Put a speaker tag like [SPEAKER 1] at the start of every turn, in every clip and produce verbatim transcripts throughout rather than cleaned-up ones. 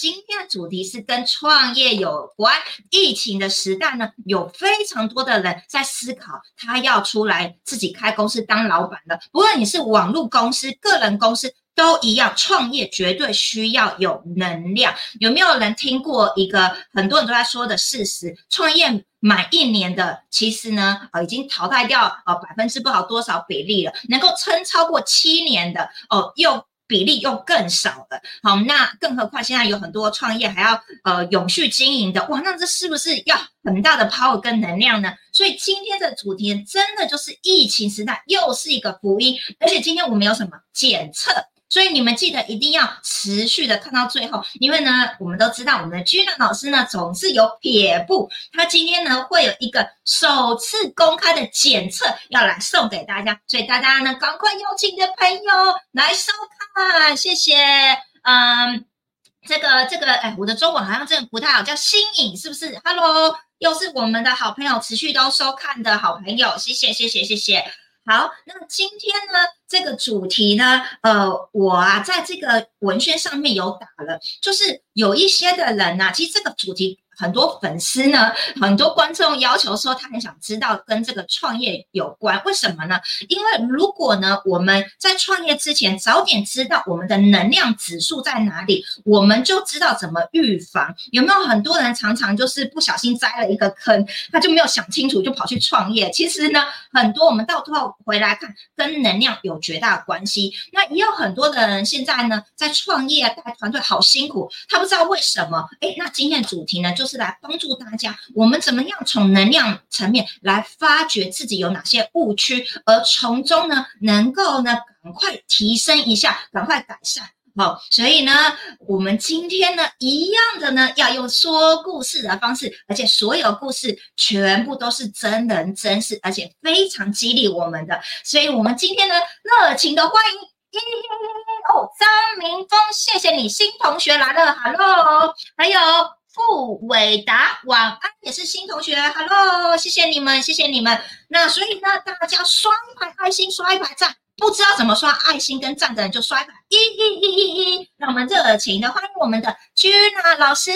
[SPEAKER 1] 今天的主题是跟创业有关。疫情的时代呢，有非常多的人在思考，他要出来自己开公司当老板了。不论你是网络公司、个人公司，都一样，创业绝对需要有能量。有没有人听过一个很多人都在说的事实？创业满一年的，其实呢，呃，已经淘汰掉呃百分之不好多少比例了，能够撑超过七年的，哦，又比例又更少了。好，那更何况现在有很多创业还要呃永续经营的，哇，那这是不是要很大的 power 跟能量呢？所以今天的主题真的就是疫情时代又是一个福音，而且今天我们有什么检测？所以你们记得一定要持续的看到最后，因为呢，我们都知道我们的居然老师呢总是有撇步，他今天呢会有一个首次公开的检测要来送给大家，所以大家呢赶快邀请你的朋友来收看，谢谢。嗯，这个这个，哎，我的中文好像真的不太好，叫新颖是不是 ？Hello， 又是我们的好朋友，持续都收看的好朋友，谢谢谢谢谢谢。好，那今天呢，这个主题呢，呃，我啊，在这个文宣上面有打了，就是有一些的人啊，其实这个主题很多粉丝呢，很多观众要求说他很想知道跟这个创业有关，为什么呢？因为如果呢，我们在创业之前早点知道我们的能量指数在哪里，我们就知道怎么预防。有没有很多人常常就是不小心栽了一个坑，他就没有想清楚就跑去创业？其实呢，很多我们到最后回来看，跟能量有绝大的关系。那也有很多的人现在呢，在创业带团队好辛苦，他不知道为什么。诶，那今天的主题呢，就是来帮助大家，我们怎么样从能量层面来发掘自己有哪些误区，而从中呢，能够呢赶快提升一下，赶快改善。好，所以呢，我们今天呢，一样的呢，要用说故事的方式，而且所有故事全部都是真人真事，而且非常激励我们的。所以我们今天呢，热情的欢迎哦，张明峰，谢谢你，新同学来了 ，Hello， 还有傅伟达，晚安，也是新同学 ，Hello， 谢谢你们，谢谢你们。那所以呢，大家刷一排爱心，刷一排赞。不知道怎么刷爱心跟赞的人就刷一排一一一一一，让我们热情的欢迎我们的居娜老师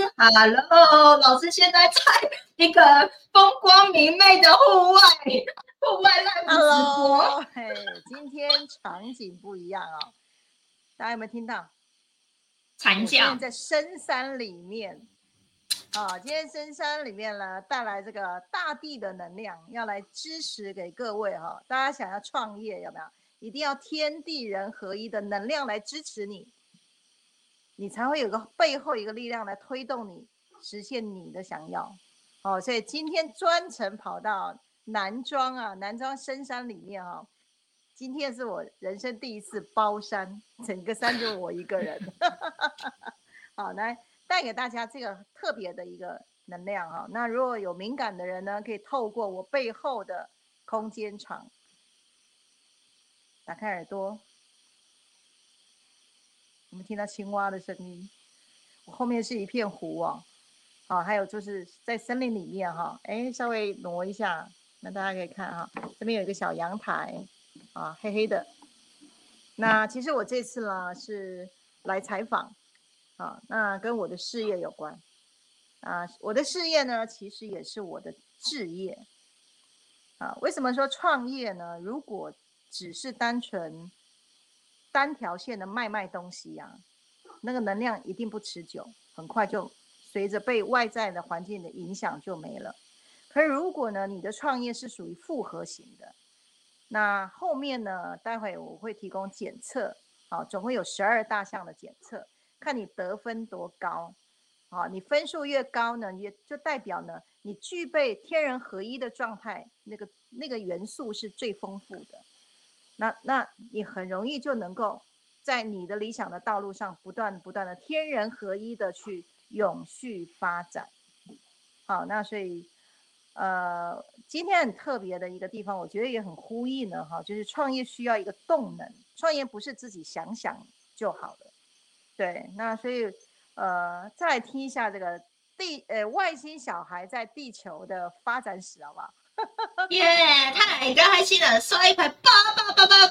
[SPEAKER 1] ，Hello， 老师现在在一个风光明媚的户外户外 live 直播。
[SPEAKER 2] Hello， 嘿，今天场景不一样哦，大家有没有听到？
[SPEAKER 1] 惨叫。
[SPEAKER 2] 我现在在深山里面。啊，今天深山里面呢，带来这个大地的能量，要来支持给各位哈、哦。大家想要创业有没有？一定要天地人合一的能量来支持你，你才会有个背后一个力量来推动你实现你的想要。哦，所以今天专程跑到南庄啊，南庄深山里面哈、哦。今天是我人生第一次包山，整个山就我一个人。好，来。带给大家这个特别的一个能量啊！那如果有敏感的人呢，可以透过我背后的空间场，打开耳朵，我们听到青蛙的声音。我后面是一片湖哦，啊，还有就是在森林里面哈，哎，稍微挪一下，那大家可以看哈，这边有一个小阳台，啊，黑黑的。那其实我这次呢是来采访。啊，那跟我的事业有关啊，我的事业呢，其实也是我的志业啊。为什么说创业呢？如果只是单纯单条线的卖卖东西呀、啊，那个能量一定不持久，很快就随着被外在的环境的影响就没了。可是如果呢，你的创业是属于复合型的，那后面呢，待会我会提供检测，啊，总会有十二大项的检测。看你得分多高，啊，你分数越高呢，也就代表呢，你具备天人合一的状态，那个那个元素是最丰富的。那那你很容易就能够在你的理想的道路上，不断不断的天人合一的去永续发展。好，那所以呃，今天很特别的一个地方，我觉得也很呼应呢，哈，就是创业需要一个动能，创业不是自己想想就好了。对，那所以，呃，再来听一下这个地呃外星小孩在地球的发展史，好不好？
[SPEAKER 1] 耶，太开心了！刷一排八八八八八，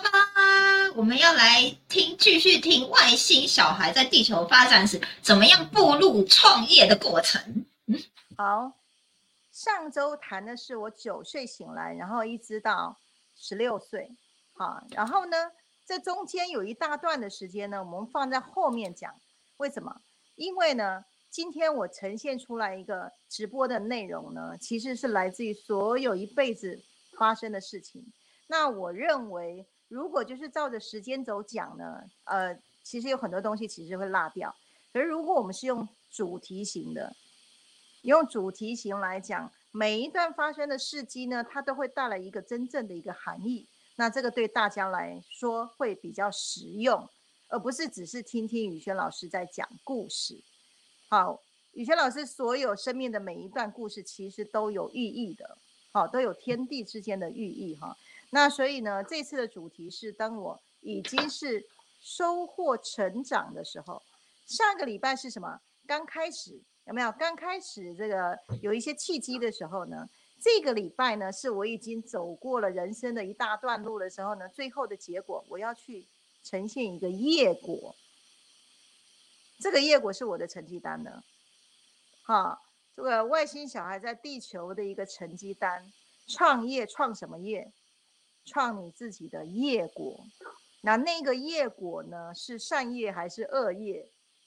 [SPEAKER 1] 我们要来听，继续听外星小孩在地球发展时怎么样步入创业的过程。嗯，
[SPEAKER 2] 好，上周谈的是我九岁醒来，然后一直到十六岁，好，然后呢，这中间有一大段的时间呢，我们放在后面讲。为什么？因为呢，今天我呈现出来一个直播的内容呢，其实是来自于所有一辈子发生的事情。那我认为，如果就是照着时间轴讲呢，呃，其实有很多东西其实会落掉。可是如果我们是用主题型的，用主题型来讲，每一段发生的事迹呢，它都会带来一个真正的一个含义。那这个对大家来说会比较实用，而不是只是听听宇轩老师在讲故事。好，宇轩老师所有生命的每一段故事其实都有寓意的，好，都有天地之间的寓意哈。那所以呢，这次的主题是当我已经是收获成长的时候。上个礼拜是什么？刚开始有没有？刚开始这个有一些契机的时候呢，这个礼拜呢是我已经走过了人生的一大段路的时候呢，最后的结果我要去呈现一个业果。这个业果是我的成绩单呢，哈，这个外星小孩在地球的一个成绩单。创业创什么业？创你自己的业果。那那个业果呢，是善业还是恶业？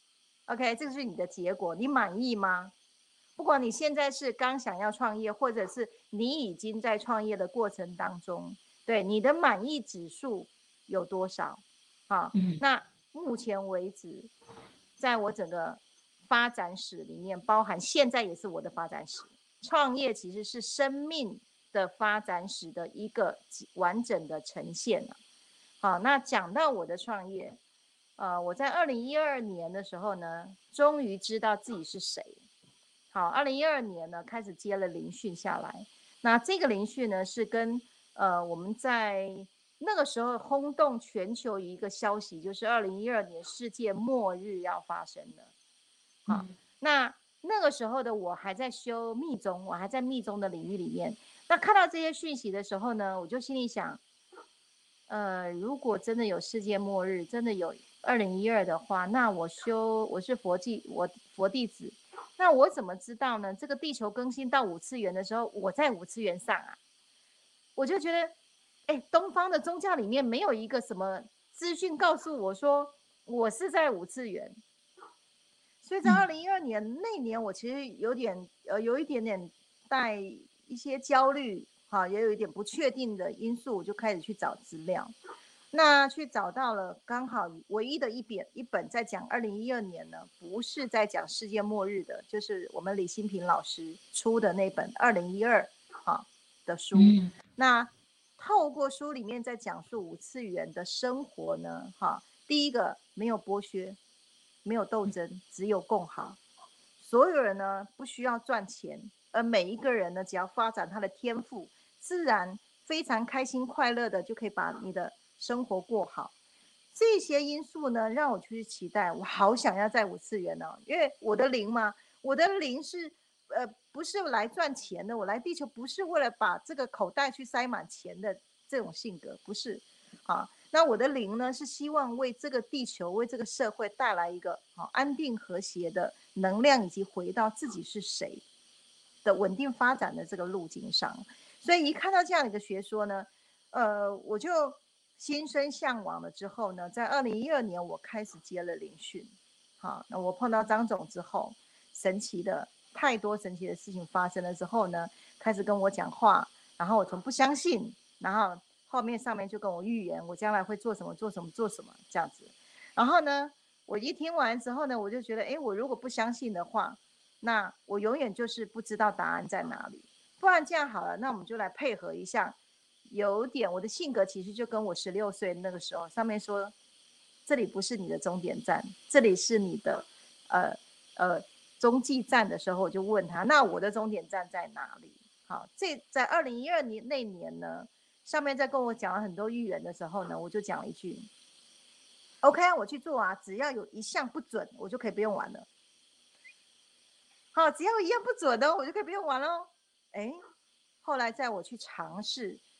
[SPEAKER 2] OK， 这个是你的结果，你满意吗？不管你现在是刚想要创业，或者是你已经在创业的过程当中，对你的满意指数有多少？好，那目前为止，在我整个发展史里面，包含现在也是我的发展史。创业其实是生命的发展史的一个完整的呈现了。好，那讲到我的创业，呃，我在二零一二年的时候呢，终于知道自己是谁。好，二零一二年呢，开始接了聆讯下来。那这个聆讯呢，是跟呃我们在那个时候轰动全球一个消息，就是二零一二年世界末日要发生了。好，那那个时候的我还在修密宗，我还在密宗的领域里面。那看到这些讯息的时候呢，我就心里想，呃，如果真的有世界末日，真的有二零一二的话，那我修我是佛弟，我佛弟子，那我怎么知道呢？这个地球更新到五次元的时候，我在五次元上啊，我就觉得，哎，东方的宗教里面没有一个什么资讯告诉我说我是在五次元。所以在二零一二年那年，我其实有点呃有一点点带一些焦虑，哈，也有一点不确定的因素，我就开始去找资料。那去找到了，刚好唯一的一本一本在讲二零一二年呢，不是在讲世界末日的，就是我们李新平老师出的那本二零一二啊的书。那透过书里面在讲述五次元的生活呢，哈，第一个没有剥削。没有斗争，只有共好。所有人呢不需要赚钱，而每一个人呢只要发展他的天赋，自然非常开心快乐的就可以把你的生活过好。这些因素呢让我去期待，我好想要在五次元呢、哦，因为我的灵嘛，我的灵是呃不是来赚钱的，我来地球不是为了把这个口袋去塞满钱的这种性格，不是啊。那我的灵呢，是希望为这个地球、为这个社会带来一个好安定和谐的能量，以及回到自己是谁的稳定发展的这个路径上。所以一看到这样的一个学说呢，呃，我就心生向往了。之后呢，在二零一二年，我开始接了聆讯。好，那我碰到张总之后，神奇的太多神奇的事情发生了之后呢，开始跟我讲话，然后我从不相信，然后。后面上面就跟我预言我将来会做什么做什么做什么这样子。然后呢，我一听完之后呢，我就觉得，哎，我如果不相信的话，那我永远就是不知道答案在哪里。不然这样好了，那我们就来配合一下。有点我的性格其实就跟我十六岁那个时候上面说，这里不是你的终点站，这里是你的呃呃中继站的时候，我就问他，那我的终点站在哪里？好，这在二零一二年那年呢。上面在跟我讲了很多预言的时候呢，我就讲了一句 ：“OK， 我去做啊，只要有一项不准，我就可以不用玩了。好，只要一样不准的，我就可以不用玩喽。”哎，后来在我去尝试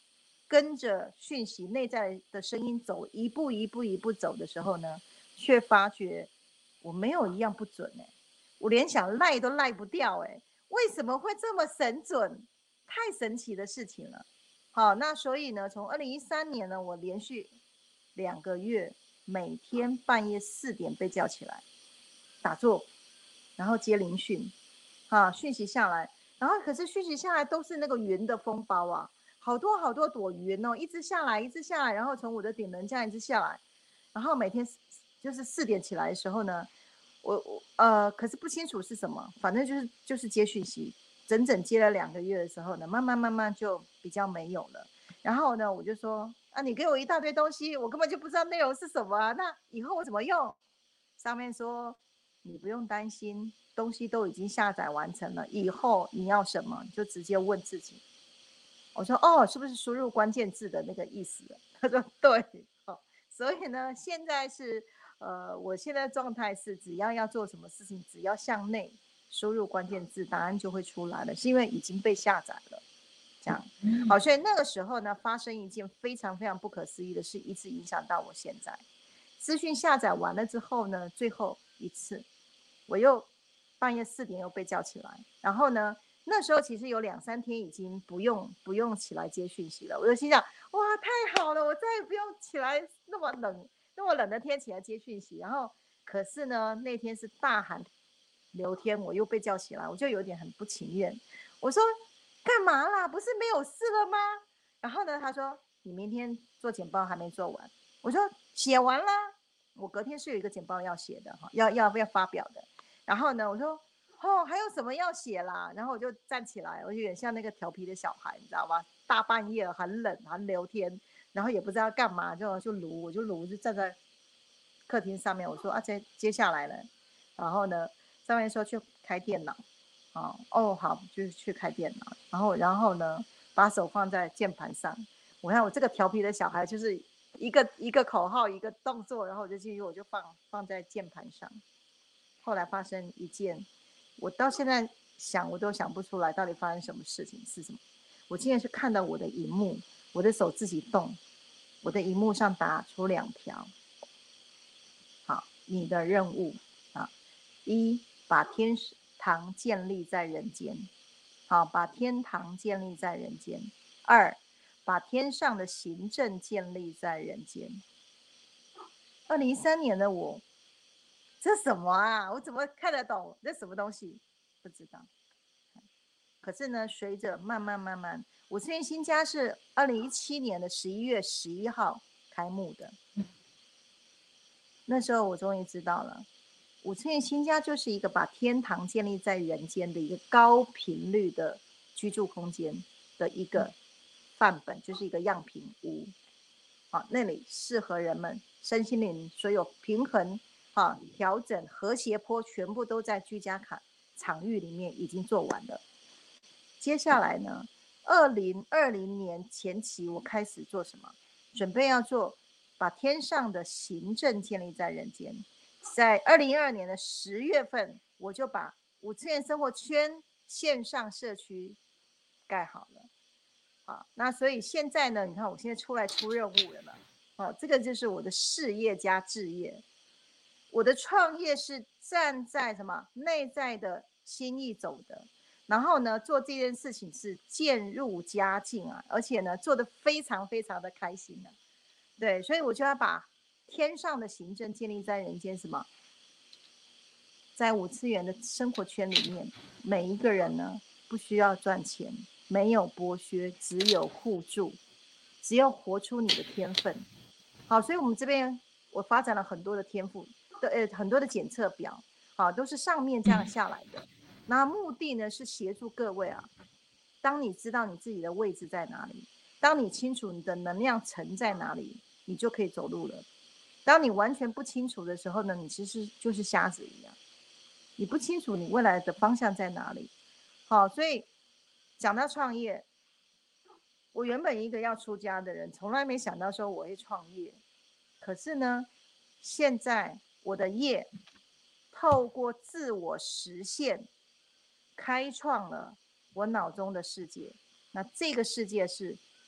[SPEAKER 2] 跟着讯息内在的声音走，一步一步一步走的时候呢，却发觉我没有一样不准哎、欸，我连想赖都赖不掉哎、欸，为什么会这么神准？太神奇的事情了。好，那所以呢，从二零一三年呢，我连续两个月每天半夜四点被叫起来打坐，然后接聆讯，啊，讯息下来，然后可是讯息下来都是那个云的风暴啊，好多好多朵云哦，一直下来，一直下来，然后从我的顶门这样一直下来，然后每天就是四点起来的时候呢，我我呃，可是不清楚是什么，反正就是就是接讯息，整整接了两个月的时候呢，慢慢慢慢就比较没有了。然后呢，我就说啊，你给我一大堆东西，我根本就不知道内容是什么啊，那以后我怎么用？上面说你不用担心，东西都已经下载完成了，以后你要什么就直接问自己。我说哦，是不是输入关键字的那个意思？他说对，哦，所以呢，现在是呃，我现在状态是，只要要做什么事情，只要向内输入关键字，答案就会出来了，是因为已经被下载了。这样，好，所以那个时候呢，发生一件非常非常不可思议的事，一直影响到我现在。资讯下载完了之后呢，最后一次，我又半夜四点又被叫起来，然后呢，那时候其实有两三天已经不用不用起来接讯息了，我就心想，哇，太好了，我再也不用起来那么冷那么冷的天起来接讯息。然后，可是呢，那天是大寒流天，我又被叫起来，我就有点很不情愿，我说。干嘛啦？不是没有事了吗？然后呢，他说你明天做简报还没做完。我说写完了，我隔天是有一个简报要写的哈，要要要发表的。然后呢，我说哦，还有什么要写啦？然后我就站起来，我有点像那个调皮的小孩，你知道吗？大半夜很冷寒流天，然后也不知道干嘛，就就撸，我就撸，就站在客厅上面。我说啊，接接下来呢，然后呢，上面说去开电脑。哦哦，好，就是去开电脑，然后然后呢，把手放在键盘上。我看我这个调皮的小孩，就是一个一个口号，一个动作，然后我就进去，我就放放在键盘上。后来发生一件，我到现在想我都想不出来，到底发生什么事情是什么？我竟然是看到我的荧幕，我的手自己动，我的荧幕上打出两条。好，你的任务啊，一把天使。堂建立在人间，好，把天堂建立在人间。二，把天上的行政建立在人间。二零一三年的我，这什么啊？我怎么看得懂？这什么东西？不知道。可是呢，随着慢慢慢慢，五次元新家是二零一七年的十一月十一号开幕的。那时候我终于知道了。五次元新家就是一个把天堂建立在人间的一个高频率的居住空间的一个范本，就是一个样品屋。啊，那里适合人们身心灵所有平衡、啊调整、和谐波，全部都在居家卡场域里面已经做完了。接下来呢，二零二零年前期我开始做什么？准备要做把天上的行政建立在人间。在二零二二年的十月份，我就把五次元生活圈线上社区盖好了。好，那所以现在呢，你看我现在出来出任务了嘛？好，这个就是我的事业加置业。我的创业是站在什么内在的心意走的，然后呢，做这件事情是渐入佳境啊，而且呢，做得非常非常的开心啊。对，所以我就要把天上的行政建立在人间，什么？在五次元的生活圈里面，每一个人呢，不需要赚钱，没有剥削，只有互助，只有活出你的天分。好，所以我们这边我发展了很多的天赋的呃很多的检测表，好，都是上面这样下来的。那目的呢是协助各位啊，当你知道你自己的位置在哪里，当你清楚你的能量层在哪里，你就可以走路了。当你完全不清楚的时候呢，你其实就是瞎子一样，你不清楚你未来的方向在哪里。好，所以讲到创业，我原本一个要出家的人，从来没想到说我会创业。可是呢，现在我的业透过自我实现，开创了我脑中的世界。那这个世界是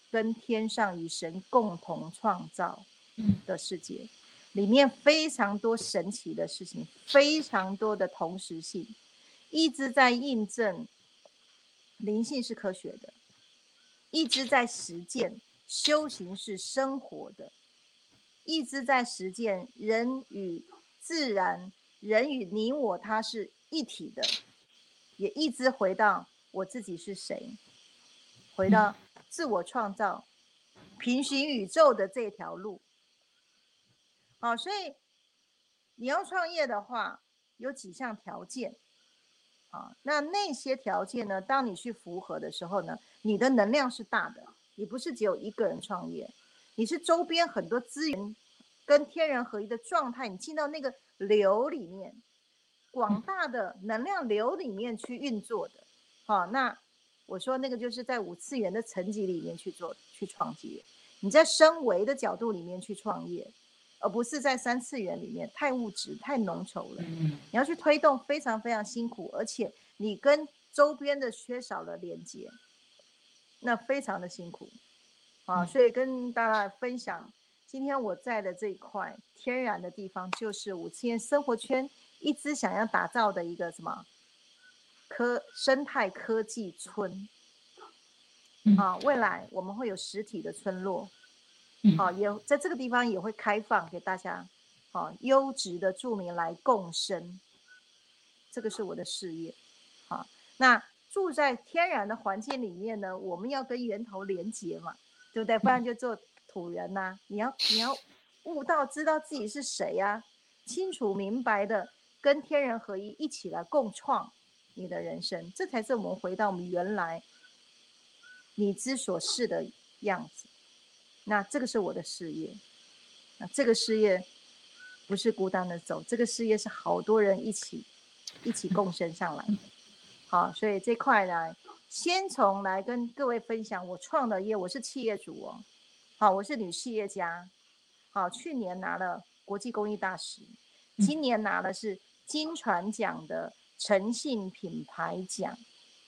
[SPEAKER 2] 跟天上与神共同创造
[SPEAKER 1] 嗯
[SPEAKER 2] 的世界，里面非常多神奇的事情，非常多的同时性，一直在印证灵性是科学的，一直在实践修行是生活的，一直在实践人与自然，人与你我他是一体的，也一直回到我自己是谁，回到自我创造平行宇宙的这条路。好，所以你要创业的话，有几项条件啊？那那些条件呢，当你去符合的时候呢，你的能量是大的，你不是只有一个人创业，你是周边很多资源跟天人合一的状态，你进到那个流里面，广大的能量流里面去运作的。好，那我说那个就是在五次元的层级里面去做去创业，你在升维的角度里面去创业，而不是在三次元里面太物质太浓稠了。你要去推动非常非常辛苦，而且你跟周边的缺少了连接，那非常的辛苦啊。所以跟大家分享，今天我在的这一块天然的地方，就是五次元生活圈一直想要打造的一个什么科生态科技村啊。未来我们会有实体的村落，好、啊，也在这个地方也会开放给大家，好、啊，优质的住民来共生，这个是我的事业。好、啊，那住在天然的环境里面呢，我们要跟源头连结嘛，对不对？不然就做土人呐、啊。你要你要悟到知道自己是谁呀、啊，清楚明白的跟天人合一，一起来共创你的人生，这才是我们回到我们原来你之所是的样子。那这个是我的事业，那这个事业不是孤单的走，这个事业是好多人一起一起共生上来的。好，所以这块呢，先从来跟各位分享我创的业，我是企业主哦，好，我是女企业家，好，去年拿了国际公益大使，今年拿的是金传奖的诚信品牌奖，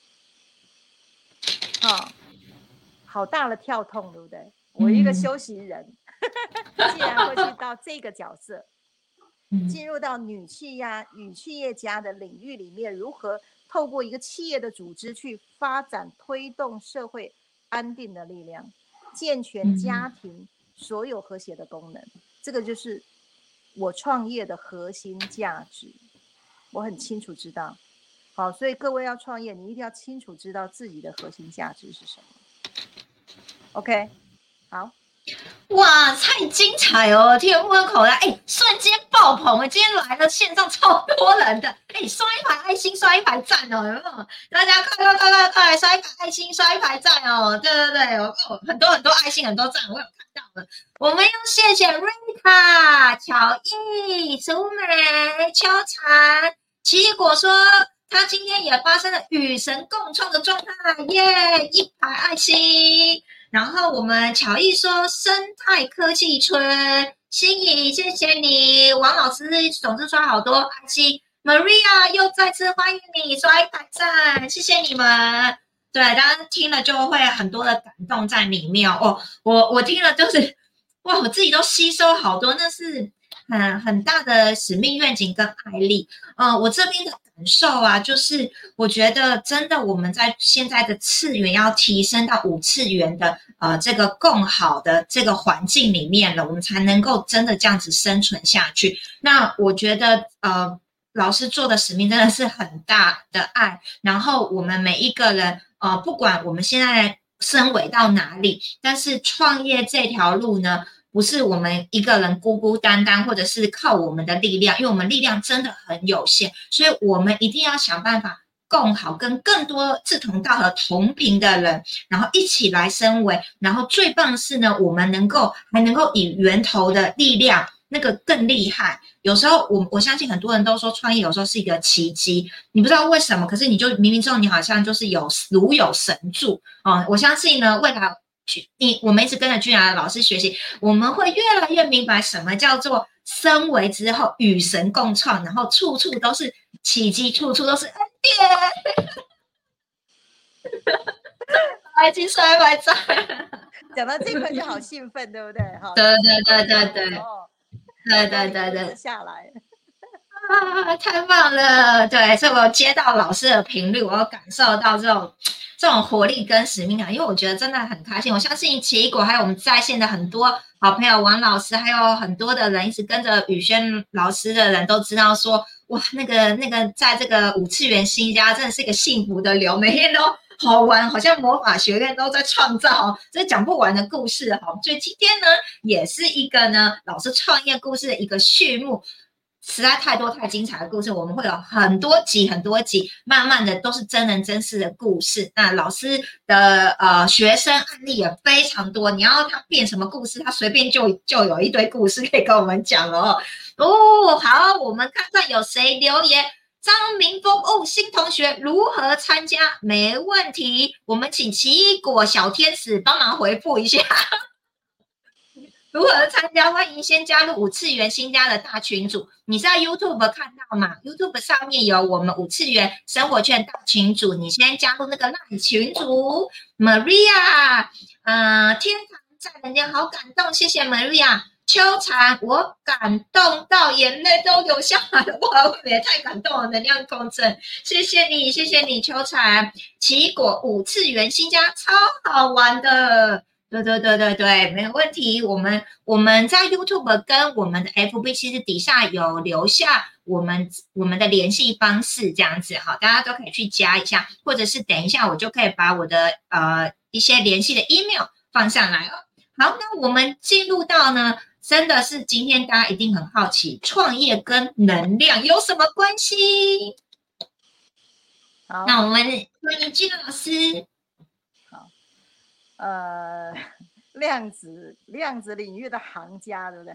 [SPEAKER 2] 好，好大的跳痛，对不对？我一个修行人，竟然会去到这个角色，进入到女企业、女企业家的领域里面，如何透过一个企业的组织去发展、推动社会安定的力量，健全家庭所有和谐的功能，这个就是我创业的核心价值。我很清楚知道，好，所以各位要创业，你一定要清楚知道自己的核心价值是什么。OK， 好。
[SPEAKER 1] 哇，太精彩哦！天不口袋，哎，瞬间爆棚！今天来了线上超多人的，哎，刷一排爱心，刷一排赞哦，有没有？大家快快快快快，刷一排爱心，刷一排赞哦！对对对，有很多很多爱心，很多赞，我有看到了。我们要谢谢瑞塔、乔毅、楚美、秋蝉、奇异果说。他今天也发生了与神共创的状态，耶！一排爱心。然后我们巧艺说生态科技村，心怡谢谢你，王老师总是刷好多爱心 ，Maria 又再次欢迎你，刷一排赞，谢谢你们。对，大家听了就会很多的感动在里面哦。我我听了就是哇，我自己都吸收好多，那是很很大的使命愿景跟爱力。呃，我这边的感受啊，就是我觉得真的我们在现在的次元要提升到五次元的呃这个更好的这个环境里面了，我们才能够真的这样子生存下去。那我觉得呃老师做的使命真的是很大的爱，然后我们每一个人呃不管我们现在升维到哪里，但是创业这条路呢，不是我们一个人孤孤单单，或者是靠我们的力量，因为我们力量真的很有限，所以我们一定要想办法共好，跟更多志同道合同频的人，然后一起来升维。然后最棒的是呢，我们能够还能够以源头的力量，那个更厉害。有时候我我相信很多人都说创业有时候是一个奇迹，你不知道为什么，可是你就冥冥中你好像就是有如有神助哦。我相信呢，未来你我们一直跟着君雅老师学习，我们会越来越明白什么叫做升维之后与神共创，然后处处都是奇迹，处处都是恩典。爱情衰败在。
[SPEAKER 2] 讲到这块就好兴奋，对不对？哈，
[SPEAKER 1] 对对对对对，
[SPEAKER 2] 哦，
[SPEAKER 1] 对对对对，
[SPEAKER 2] 下来。
[SPEAKER 1] 啊，太棒了！对，所以我接到老师的频率，我有感受到这种这种活力跟使命感，因为我觉得真的很开心。我相信奇异果还有我们在线的很多好朋友王老师，还有很多的人一直跟着宇轩老师的人都知道说，哇，那个那个在这个五次元新家真的是一个幸福的流，每天都好玩，好像魔法学院都在创造这讲不完的故事哈。所以今天呢，也是一个呢老师创业故事的一个序幕。实在太多太精彩的故事，我们会有很多集很多集，慢慢的都是真人真事的故事。那老师的呃学生案例也非常多，你要他变什么故事，他随便就就有一堆故事可以跟我们讲了哦。哦，好，我们看看有谁留言。张明峰哦，新同学如何参加？没问题，我们请奇异果小天使帮忙回复一下。如何参加？欢迎先加入五次元新家的大群组。你在 YouTube 看到吗 ？YouTube 上面有我们五次元生活圈大群组，你先加入那个那群组。Maria， 呃，天堂在人间，好感动，谢谢 Maria。秋蝉，我感动到眼泪都流下来了，哇，也太感动了，能量共振，谢谢你，谢谢你，秋蝉。奇异果五次元新家超好玩的。对对对对对，没有问题。我们我们在 YouTube 跟我们的 F B 其实底下有留下我们我们的联系方式，这样子好，大家都可以去加一下，或者是等一下我就可以把我的呃一些联系的 email 放上来哦。好，那我们进入到呢，真的是今天大家一定很好奇，创业跟能量有什么关系？好，那我们欢迎金老师。
[SPEAKER 2] 呃，量子量子领域的行家，对不对？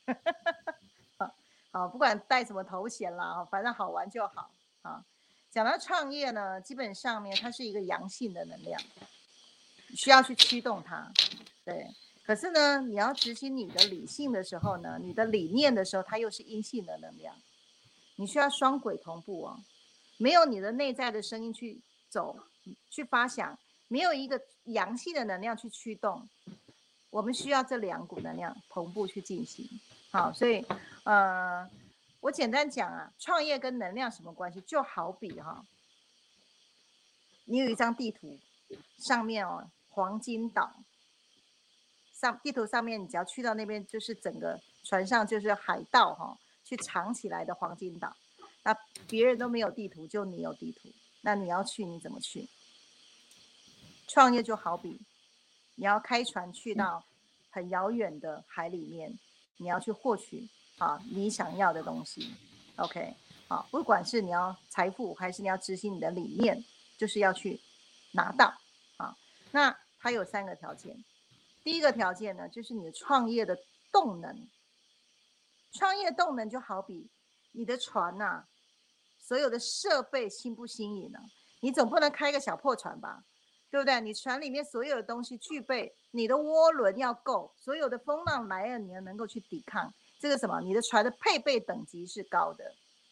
[SPEAKER 2] 好，不管带什么头衔啦，反正好玩就好啊。讲到创业呢，基本上面它是一个阳性的能量，需要去驱动它。对，可是呢，你要执行你的理性的时候呢，你的理念的时候，它又是阴性的能量，你需要双轨同步哦。没有你的内在的声音去走，去发想。没有一个阳性的能量去驱动，我们需要这两股能量同步去进行。好，所以呃，我简单讲啊，创业跟能量什么关系？就好比哈、哦，你有一张地图，上面哦，黄金岛，上地图上面，你只要去到那边，就是整个船上就是海盗哈、哦，去藏起来的黄金岛。那别人都没有地图，就你有地图，那你要去，你怎么去？创业就好比你要开船去到很遥远的海里面，你要去获取啊你想要的东西 ，OK， 好，不管是你要财富还是你要执行你的理念，就是要去拿到啊。那它有三个条件，第一个条件呢，就是你的创业的动能。创业动能就好比你的船呐、啊，所有的设备新不新颖呢、啊？你总不能开个小破船吧？对不对？你船里面所有的东西具备，你的涡轮要够，所有的风浪来了，你要能够去抵抗。这个什么？你的船的配备等级是高的。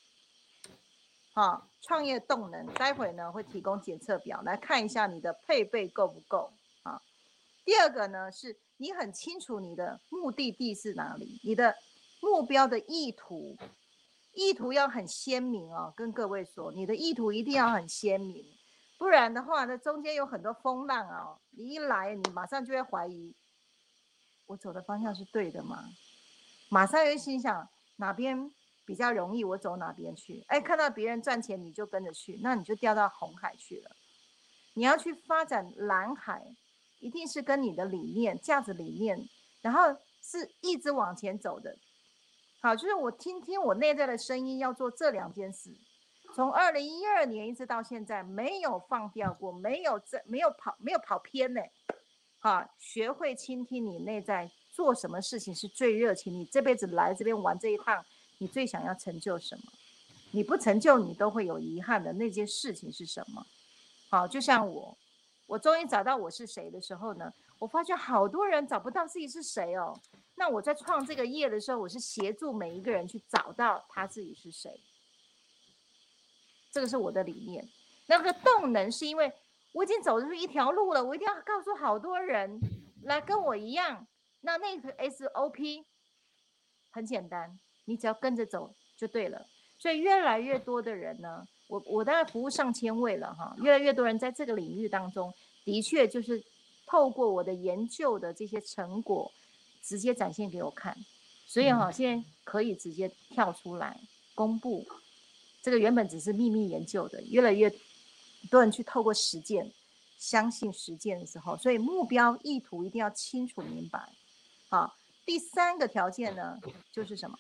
[SPEAKER 2] 好，创业动能，待会呢会提供检测表来看一下你的配备够不够啊。第二个呢，是你很清楚你的目的地是哪里，你的目标的意图，意图要很鲜明哦。跟各位说，你的意图一定要很鲜明。不然的话呢，中间有很多风浪啊、哦，你一来，你马上就会怀疑，我走的方向是对的吗？马上又心想哪边比较容易，我走哪边去。哎，看到别人赚钱，你就跟着去，那你就掉到红海去了。你要去发展蓝海，一定是跟你的理念、价值理念，然后是一直往前走的。好，就是我听听我内在的声音，要做这两件事。从二零一二年一直到现在，没有放掉过，没有这没有跑没有跑偏呢。好，学会倾听你内在做什么事情是最热情，你这辈子来这边玩这一趟，你最想要成就什么？你不成就，你都会有遗憾的那件事情是什么？好，就像我，我终于找到我是谁的时候呢，我发现好多人找不到自己是谁哦。那我在创这个业的时候，我是协助每一个人去找到他自己是谁。这个是我的理念。那个动能是因为我已经走出一条路了，我一定要告诉好多人， 来跟我一样，那那个 S O P 很简单，你只要跟着走就对了。所以越来越多的人呢，我我大概服务上千位了哈，越来越多人在这个领域当中，的确就是透过我的研究的这些成果，直接展现给我看。所以哈，现在可以直接跳出来公布，这个原本只是秘密研究的，越来越多人去透过实践，相信实践的时候，所以目标意图一定要清楚明白。好，第三个条件呢，就是什么？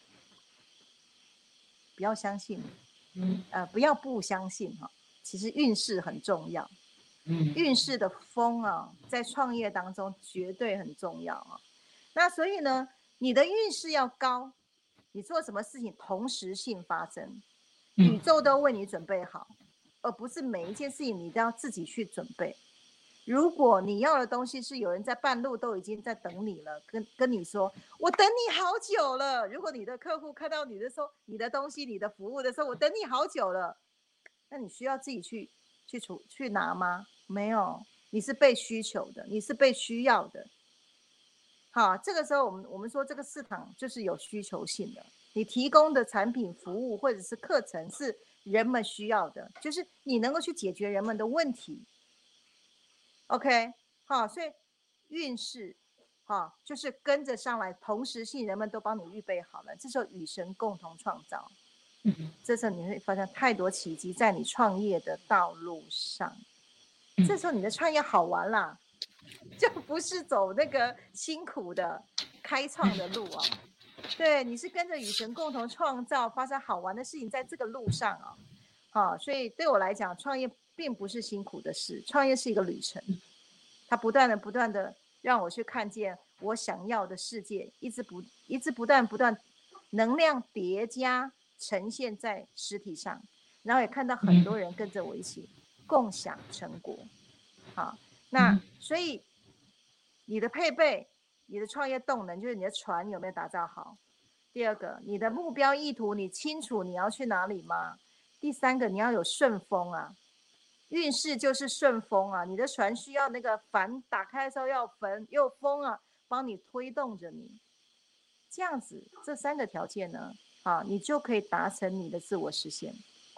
[SPEAKER 2] 不要相信，呃，不要不相信哈。其实运势很重要，运势的风啊，在创业当中绝对很重要啊。那所以呢，你的运势要高，你做什么事情同时性发生，宇宙都为你准备好，而不是每一件事情你都要自己去准备。如果你要的东西是有人在半路都已经在等你了，跟跟你说我等你好久了。如果你的客户看到你的时候，你的东西、你的服务的时候，我等你好久了，那你需要自己去去出去拿吗？没有，你是被需求的，你是被需要的。好，这个时候我们我们说这个市场就是有需求性的，你提供的产品、服务或者是课程是人们需要的，就是你能够去解决人们的问题。OK， 好，所以运势，好，就是跟着上来，同时性人们都帮你预备好了，这时候与神共同创造，这时候你会发现太多奇迹在你创业的道路上，这时候你的创业好玩啦，就不是走那个辛苦的开创的路哦，对，你是跟着与神共同创造，发生好玩的事情在这个路上啊、哦。好，所以对我来讲，创业并不是辛苦的事，创业是一个旅程，它不断的、不断的让我去看见我想要的世界，一直不、一直不断、不断，能量叠加呈现在实体上，然后也看到很多人跟着我一起共享成果。好，那所以你的配备、你的创业动能，就是你的船有没有打造好？第二个，你的目标意图，你清楚你要去哪里吗？第三个，你要有顺风啊，运势就是顺风啊，你的船需要那个帆打开的时候要帆有风啊，帮你推动着你，这样子这三个条件呢，啊，你就可以达成你的自我实现。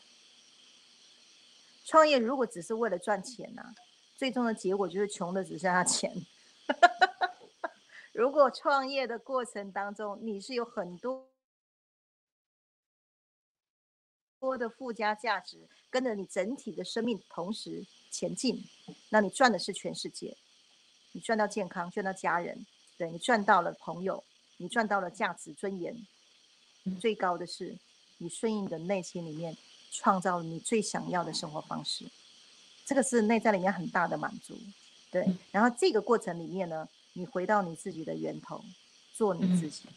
[SPEAKER 2] 创业如果只是为了赚钱啊，最终的结果就是穷的只剩下钱。如果创业的过程当中，你是有很多多的附加价值，跟着你整体的生命同时前进，那你赚的是全世界，你赚到健康，赚到家人，对，你赚到了朋友，你赚到了价值尊严，最高的是你顺应的内心里面创造了你最想要的生活方式，这个是内在里面很大的满足，对。然后这个过程里面呢，你回到你自己的源头，做你自己。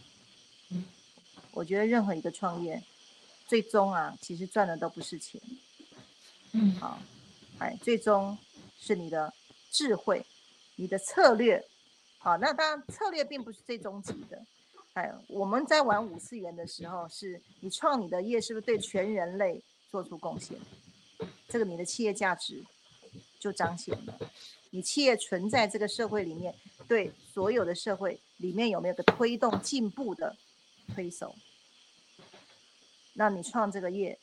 [SPEAKER 2] 我觉得任何一个创业，最终啊，其实赚的都不是钱，嗯，好，哎，最终是你的智慧，你的策略，好，那当然策略并不是最终极的，哎，我们在玩五次元的时候，是你创你的业，是不是对全人类做出贡献？这个你的企业价值就彰显了。你企业存在这个社会里面，对所有的社会里面有没有个推动进步的推手？那你创这个业，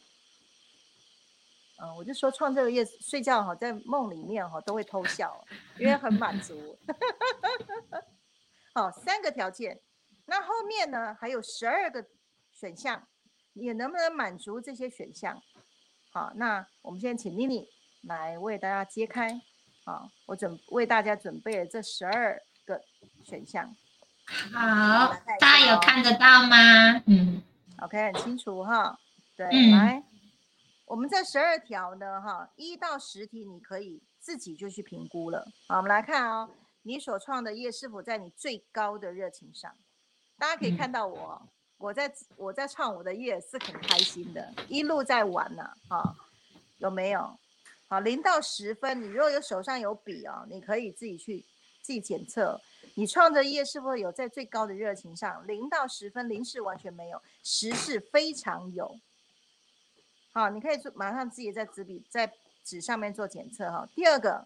[SPEAKER 2] 嗯，我就说创这个业，睡觉哈，在梦里面哈都会偷笑，因为很满足。好，三个条件，那后面呢还有十二个选项，你能不能满足这些选项？好，那我们现在请妮妮来为大家揭开。好，我准为大家准备了这十二个选项。
[SPEAKER 1] 好，大家有看得到吗？嗯
[SPEAKER 2] ，OK， 很清楚哈。对，
[SPEAKER 1] 嗯、
[SPEAKER 2] 来，我们这十二条呢，哈，一到十题你可以自己就去评估了。好，我们来看哦，你所创的业是否在你最高的热情上？大家可以看到我，我在我在创我的业是很开心的，一路在玩呢、啊，哈，有没有？好，零到十分，你如果有手上有笔啊，你可以自己去自己检测，你创的业是否有在最高的热情上？零到十分，零是完全没有，十是非常有。好，你可以做马上自己在纸笔在纸上面做检测哈。第二个，你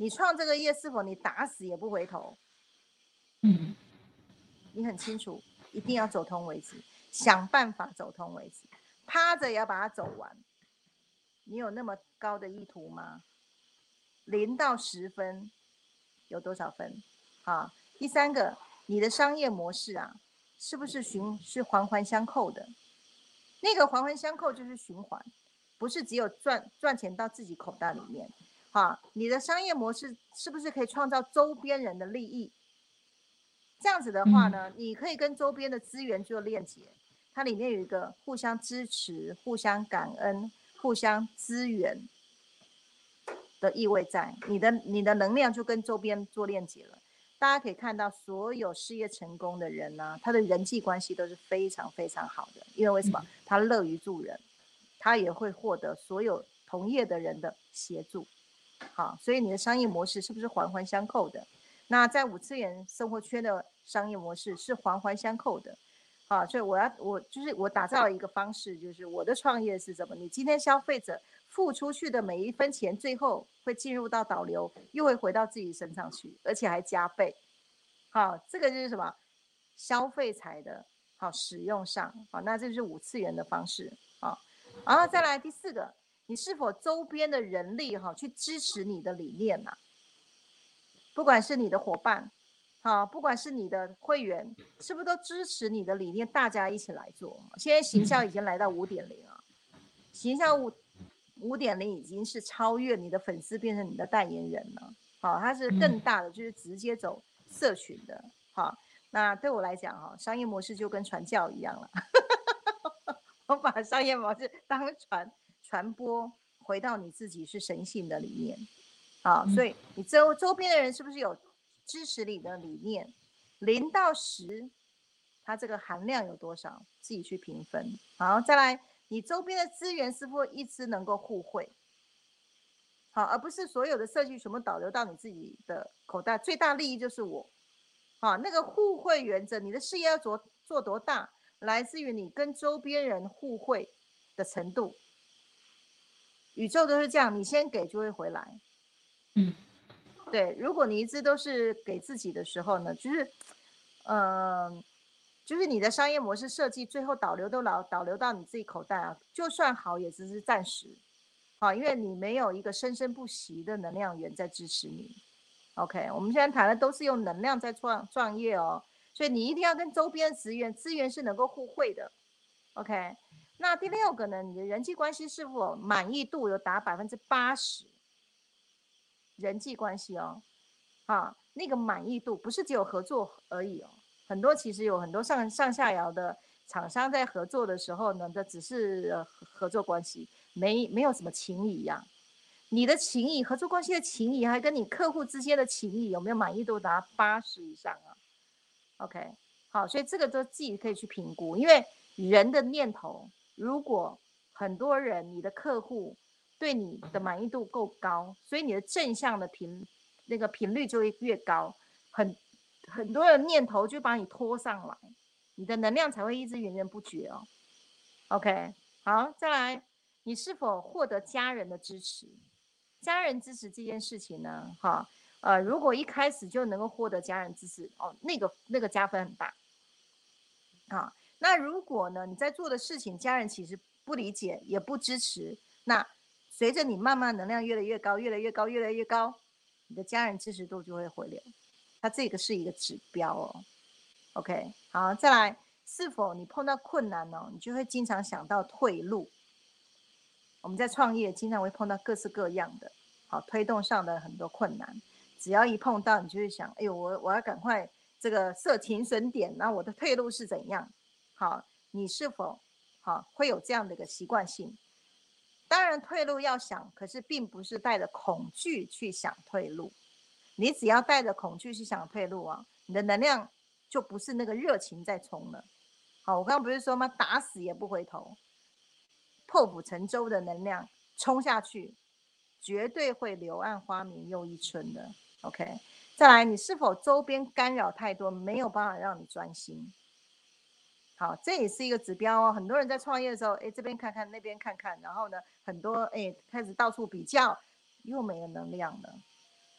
[SPEAKER 2] 你创这个业是否你打死也不回头？
[SPEAKER 1] 嗯，
[SPEAKER 2] 你很清楚，一定要走通为止，想办法走通为止，趴着也要把它走完。你有那么高的意图吗？零到十分有多少分？好，第三个，你的商业模式啊，是不是循是环环相扣的？那个环环相扣就是循环，不是只有赚赚钱到自己口袋里面。好，你的商业模式是不是可以创造周边人的利益？这样子的话呢，你可以跟周边的资源做链接，它里面有一个互相支持、互相感恩、互相资源的意味在，你的你的能量就跟周边做链接了。大家可以看到，所有事业成功的人呢、啊，他的人际关系都是非常非常好的，因为为什么？他乐于助人，他也会获得所有同业的人的协助。好，所以你的商业模式是不是环环相扣的？那在五次元生活圈的商业模式是环环相扣的。好，所以我要我就是我打造一个方式，就是我的创业是什么？你今天消费者付出去的每一分钱，最后会进入到导流，又会回到自己身上去，而且还加倍。好，这个就是什么？消费财的好使用上，好，那这就是五次元的方式。好，然后再来第四个，你是否周边的人力哈去支持你的理念呐、啊？不管是你的伙伴，好，不管是你的会员，是不是都支持你的理念？大家一起来做。现在行销已经来到五点零啊，行销五五点零已经是超越你的粉丝，变成你的代言人了。好，它是更大的，就是直接走社群的。好，那对我来讲哈，商业模式就跟传教一样了。我把商业模式当传传播，回到你自己是神性的理念。好，所以你周周边的人是不是有支持你的理念？零到十，它这个含量有多少？自己去评分。好，再来，你周边的资源是否一直能够互惠？好，而不是所有的设计全部导流到你自己的口袋，最大利益就是我。好，那个互惠原则，你的事业要做做多大，来自于你跟周边人互惠的程度。宇宙都是这样，你先给就会回来。
[SPEAKER 1] 嗯，
[SPEAKER 2] 对，如果你一直都是给自己的时候呢，就是，嗯、呃，就是你的商业模式设计，最后导流都导导流到你自己口袋啊，就算好也只是暂时，好，因为你没有一个生生不息的能量源在支持你。OK，我们现在谈的都是用能量在创创业哦，所以你一定要跟周边的资源，资源是能够互惠的。OK，那第六个呢，你的人际关系是否满意度有达百分之八十？人际关系哦，啊，那个满意度不是只有合作而已哦，很多其实有很多上上下游的厂商在合作的时候呢，这只是合作关系，没没有什么情谊呀、啊。你的情谊，合作关系的情谊，还跟你客户之间的情谊有没有满意度达八十以上啊 ？OK， 好，所以这个都自己可以去评估，因为人的念头，如果很多人你的客户对你的满意度够高，所以你的正向的频那个频率就会越高，很很多人念头就把你拖上来，你的能量才会一直源源不绝哦。OK， 好，再来，你是否获得家人的支持？家人支持这件事情呢，哈，呃，如果一开始就能够获得家人支持，哦，那个那个加分很大。啊，那如果呢，你在做的事情，家人其实不理解，也不支持，那随着你慢慢能量越来越高，越来越高，越来越高，你的家人支持度就会回流，它这个是一个指标哦。OK， 好，再来，是否你碰到困难呢、哦，你就会经常想到退路。我们在创业经常会碰到各式各样的，好推动上的很多困难，只要一碰到，你就会想，哎呦，我我要赶快这个设停损点，那我的退路是怎样？好，你是否好会有这样的一个习惯性？当然退路要想，可是并不是带着恐惧去想退路。你只要带着恐惧去想退路啊，你的能量就不是那个热情在冲了。好，我刚刚不是说吗？打死也不回头。破釜沉舟的能量冲下去，绝对会柳暗花明又一村的。OK， 再来，你是否周边干扰太多，没有办法让你专心？好，这也是一个指标哦。很多人在创业的时候，哎，这边看看，那边看看，然后呢，很多哎开始到处比较，又没有能量了。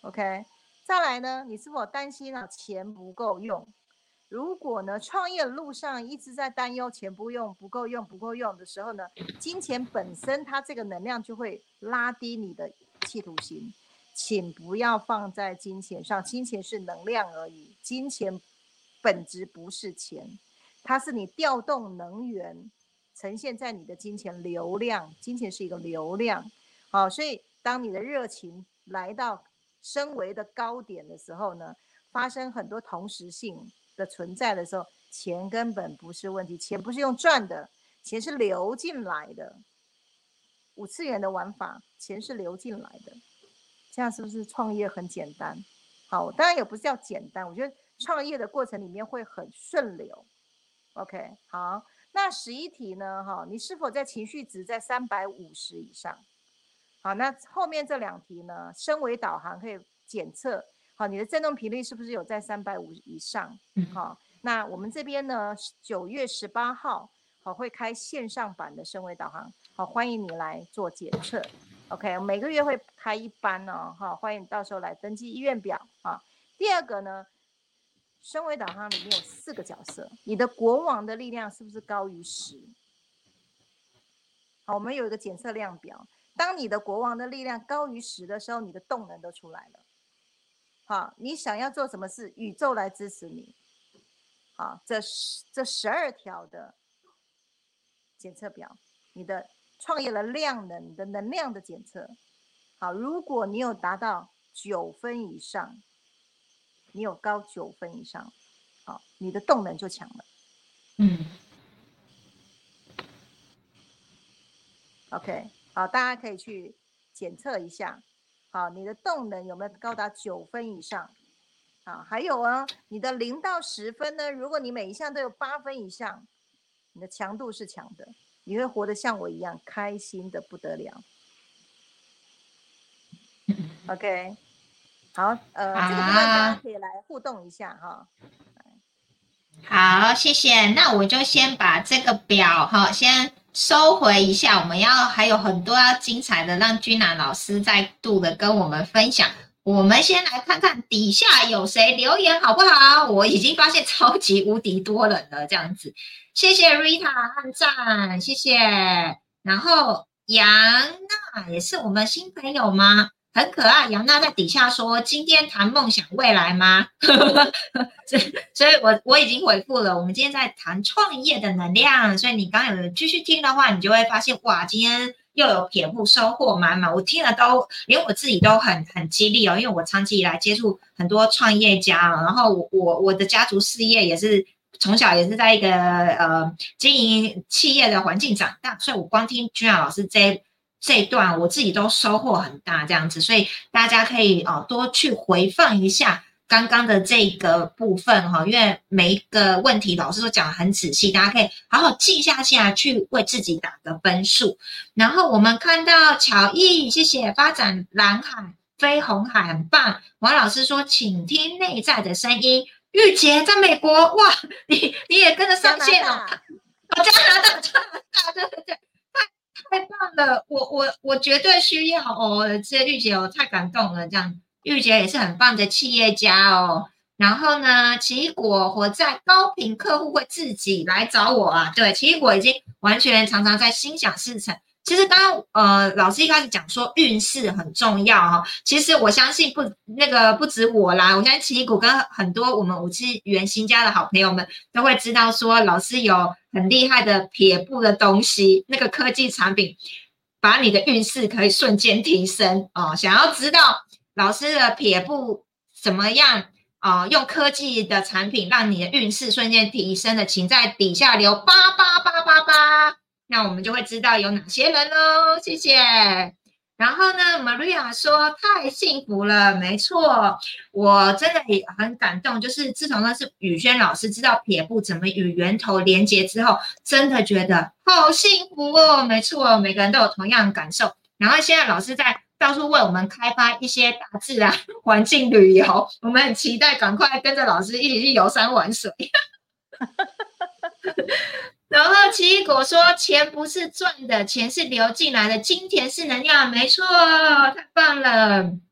[SPEAKER 2] OK， 再来呢，你是否担心啊钱不够用？如果呢创业的路上一直在担忧钱不用、不够用、不够用的时候呢，金钱本身它这个能量就会拉低你的企图心。请不要放在金钱上，金钱是能量而已，金钱本质不是钱，它是你调动能源呈现在你的金钱流量，金钱是一个流量。好，所以当你的热情来到升维的高点的时候呢，发生很多同时性的存在的时候，钱根本不是问题，钱不是用赚的，钱是流进来的。五次元的玩法，钱是流进来的。这样是不是创业很简单？好，当然也不是叫简单，我觉得创业的过程里面会很顺流。OK， 好，那十一题呢？哈，你是否在情绪值在三百五十以上？好，那后面这两题呢？升维导航可以检测，好，你的振动频率是不是有在三百五以上？好，那我们这边呢，九月十八号，好，会开线上版的升维导航，好，欢迎你来做检测。OK， 每个月会开一班哦，哈，欢迎你到时候来登记意愿表啊。第二个呢，升维导航里面有四个角色，你的国王的力量是不是高于十？好，我们有一个检测量表，当你的国王的力量高于十的时候，你的动能都出来了。好，你想要做什么事，宇宙来支持你。好，这这十二条的检测表，你的创业的量能，你的能量的检测。好，如果你有达到九分以上，你有高九分以上，好，你的动能就强了。
[SPEAKER 1] 嗯
[SPEAKER 2] ，OK， 好，大家可以去检测一下，好，你的动能有没有高达九分以上？好，还有啊，你的零到十分呢？如果你每一项都有八分以上，你的强度是强的，你会活得像我一样开心的不得了。OK， 好，呃，这个部分大家可以来互动一下哈。
[SPEAKER 1] 好，谢谢。那我就先把这个表哈先收回一下，我们要还有很多要精彩的，让君娜老师再度的跟我们分享。我们先来看看底下有谁留言好不好？我已经发现超级无敌多人了，这样子。谢谢 Rita 按赞，谢谢。然后杨娜也是我们新朋友吗？很可爱。杨娜在底下说：“今天谈梦想未来吗？”所以，所以我我已经回复了。我们今天在谈创业的能量，所以你刚刚有继续听的话，你就会发现哇，今天又有撇步收获满满。我听了都连我自己都很很激励哦，因为我长期以来接触很多创业家，然后我我我的家族事业也是从小也是在一个呃经营企业的环境长大，所以我光听君雅老师这这一段，我自己都收获很大，这样子，所以大家可以哦多去回放一下刚刚的这个部分哈，因为每一个问题老师都讲得很仔细，大家可以好好记下下去，为自己打个分数。然后我们看到巧艺，谢谢发展蓝海飞红海，很棒。王老师说，请听内在的声音。玉洁在美国，哇，你你也跟着上线了，哦，加拿大，加拿大，对对对。太棒了，我我我绝对需要哦！这玉姐我太感动了，这样玉姐也是很棒的企业家哦。然后呢，奇异果活在高频，客户会自己来找我啊。对，奇异果已经完全常常在心想事成。其实刚刚呃老师一开始讲说运势很重要哈、哦，其实我相信不那个不止我啦，我相信奇异果跟很多我们五次元新家的好朋友们都会知道说老师有很厉害的撇步的东西，那个科技产品把你的运势可以瞬间提升哦。想要知道老师的撇步怎么样啊、哦？用科技的产品让你的运势瞬间提升的，请在底下留八八八八八。那我们就会知道有哪些人喽，谢谢。然后呢 ，Maria 说太幸福了，没错，我真的也很感动。就是自从那是宇轩老师知道撇步怎么与源头连接之后，真的觉得好幸福哦，没错，每个人都有同样的感受。然后现在老师在到处为我们开发一些大自然环境旅游，我们很期待赶快跟着老师一起去游山玩水。然后奇异果说钱不是赚的，钱是流进来的，金钱是能量，没错，太棒了。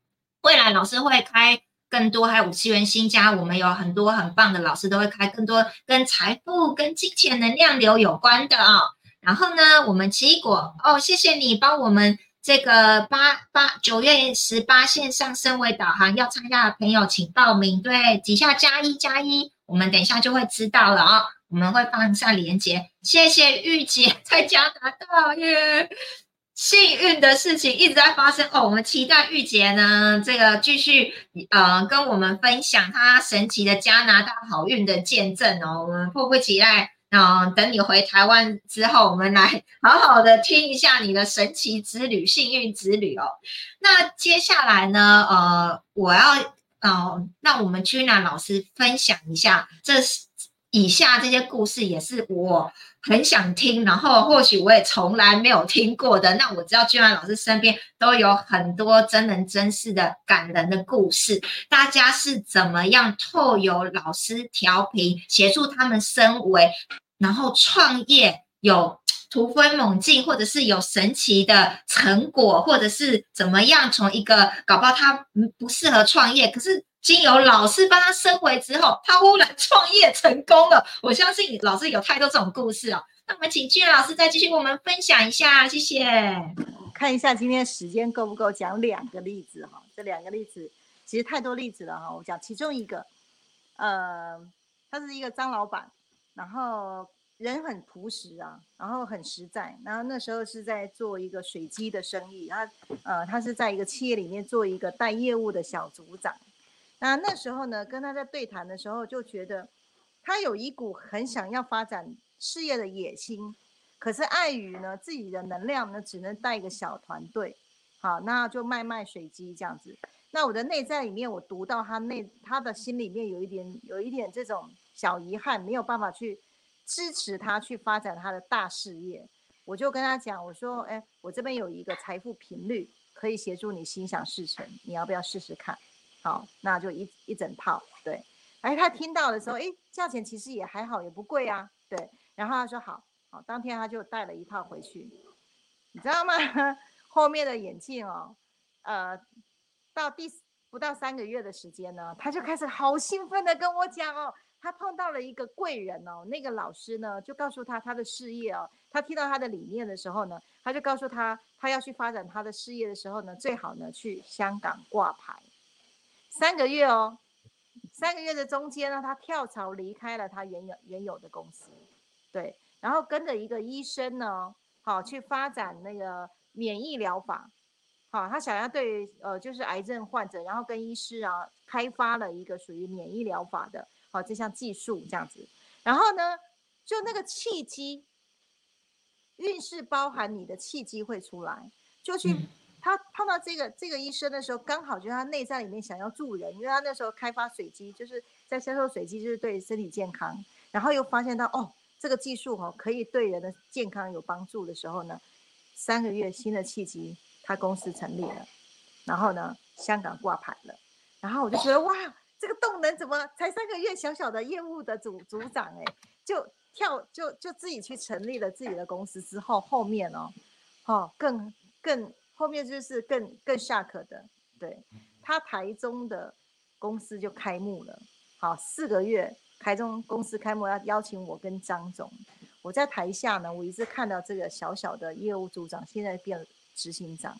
[SPEAKER 1] 未来老师会开更多，还有五次元新家，我们有很多很棒的老师都会开更多跟财富、跟金钱能量流有关的哦。然后呢，我们奇异果哦，谢谢你帮我们这个八八九月十八线上升维导航要参加的朋友，请报名，对，底下加一加一，我们等一下就会知道了哦。我们会放上连结，谢谢玉姐在加拿大耶。幸运的事情一直在发生哦，我们期待玉姐呢，这个继续呃跟我们分享她神奇的加拿大好运的见证哦。我们迫不及待，嗯、呃，等你回台湾之后，我们来好好的听一下你的神奇之旅、幸运之旅哦。那接下来呢，呃，我要呃让我们 Gina 老师分享一下这以下这些故事，也是我很想听，然后或许我也从来没有听过的。那我知道君安老师身边都有很多真人真事的感人的故事，大家是怎么样透由老师调频协助他们升维，然后创业有突飞猛进，或者是有神奇的成果，或者是怎么样从一个搞不好他不适合创业，可是经由老师帮他升维之后，他忽然创业成功了。我相信老师有太多这种故事哦。那我们请俊老师再继续跟我们分享一下，谢谢。
[SPEAKER 2] 看一下今天时间够不够讲两个例子哈？这两个例子其实太多例子了哈，我讲其中一个，呃，他是一个张老板，然后人很朴实啊，然后很实在，然后那时候是在做一个水机的生意，他呃他是在一个企业里面做一个带业务的小组长。那那时候呢，跟他在对谈的时候，就觉得他有一股很想要发展事业的野心，可是碍于呢自己的能量呢，只能带一个小团队，好，那就卖卖水机这样子。那我的内在里面，我读到他内他的心里面有一点有一点这种小遗憾，没有办法去支持他去发展他的大事业。我就跟他讲，我说，哎，我这边有一个财富频率，可以协助你心想事成，你要不要试试看？好，那就一一整套，对。哎，他听到的时候，哎，价钱其实也还好，也不贵啊，对。然后他说好，好，当天他就带了一套回去，你知道吗？后面的眼镜哦，呃，到第不到三个月的时间呢，他就开始好兴奋的跟我讲哦，他碰到了一个贵人哦，那个老师呢就告诉他他的事业哦，他听到他的理念的时候呢，他就告诉他，他要去发展他的事业的时候呢，最好呢去香港挂牌。三个月哦，三个月的中间呢，他跳槽离开了他原有原有的公司，对，然后跟着一个医生呢，好去发展那个免疫疗法，好，他想要对呃就是癌症患者，然后跟医师啊开发了一个属于免疫疗法的，好这项技术这样子，然后呢，就那个契机，运势包含你的契机会出来，就去。嗯他碰到这个这个医生的时候，刚好就是他内在里面想要助人，因为他那时候开发水机，就是在销售水机，就是对身体健康，然后又发现到哦，这个技术哦可以对人的健康有帮助的时候呢，三个月新的契机，他公司成立了，然后呢香港挂牌了，然后我就觉得哇，这个动能怎么才三个月小小的业务的组组长哎，就跳就就自己去成立了自己的公司之后，后面哦，哦更更。后面就是更更 shock 的，对，他台中的公司就开幕了，好，四个月台中公司开幕要邀请我跟张总，我在台下呢，我一直看到这个小小的业务组长现在变执行长，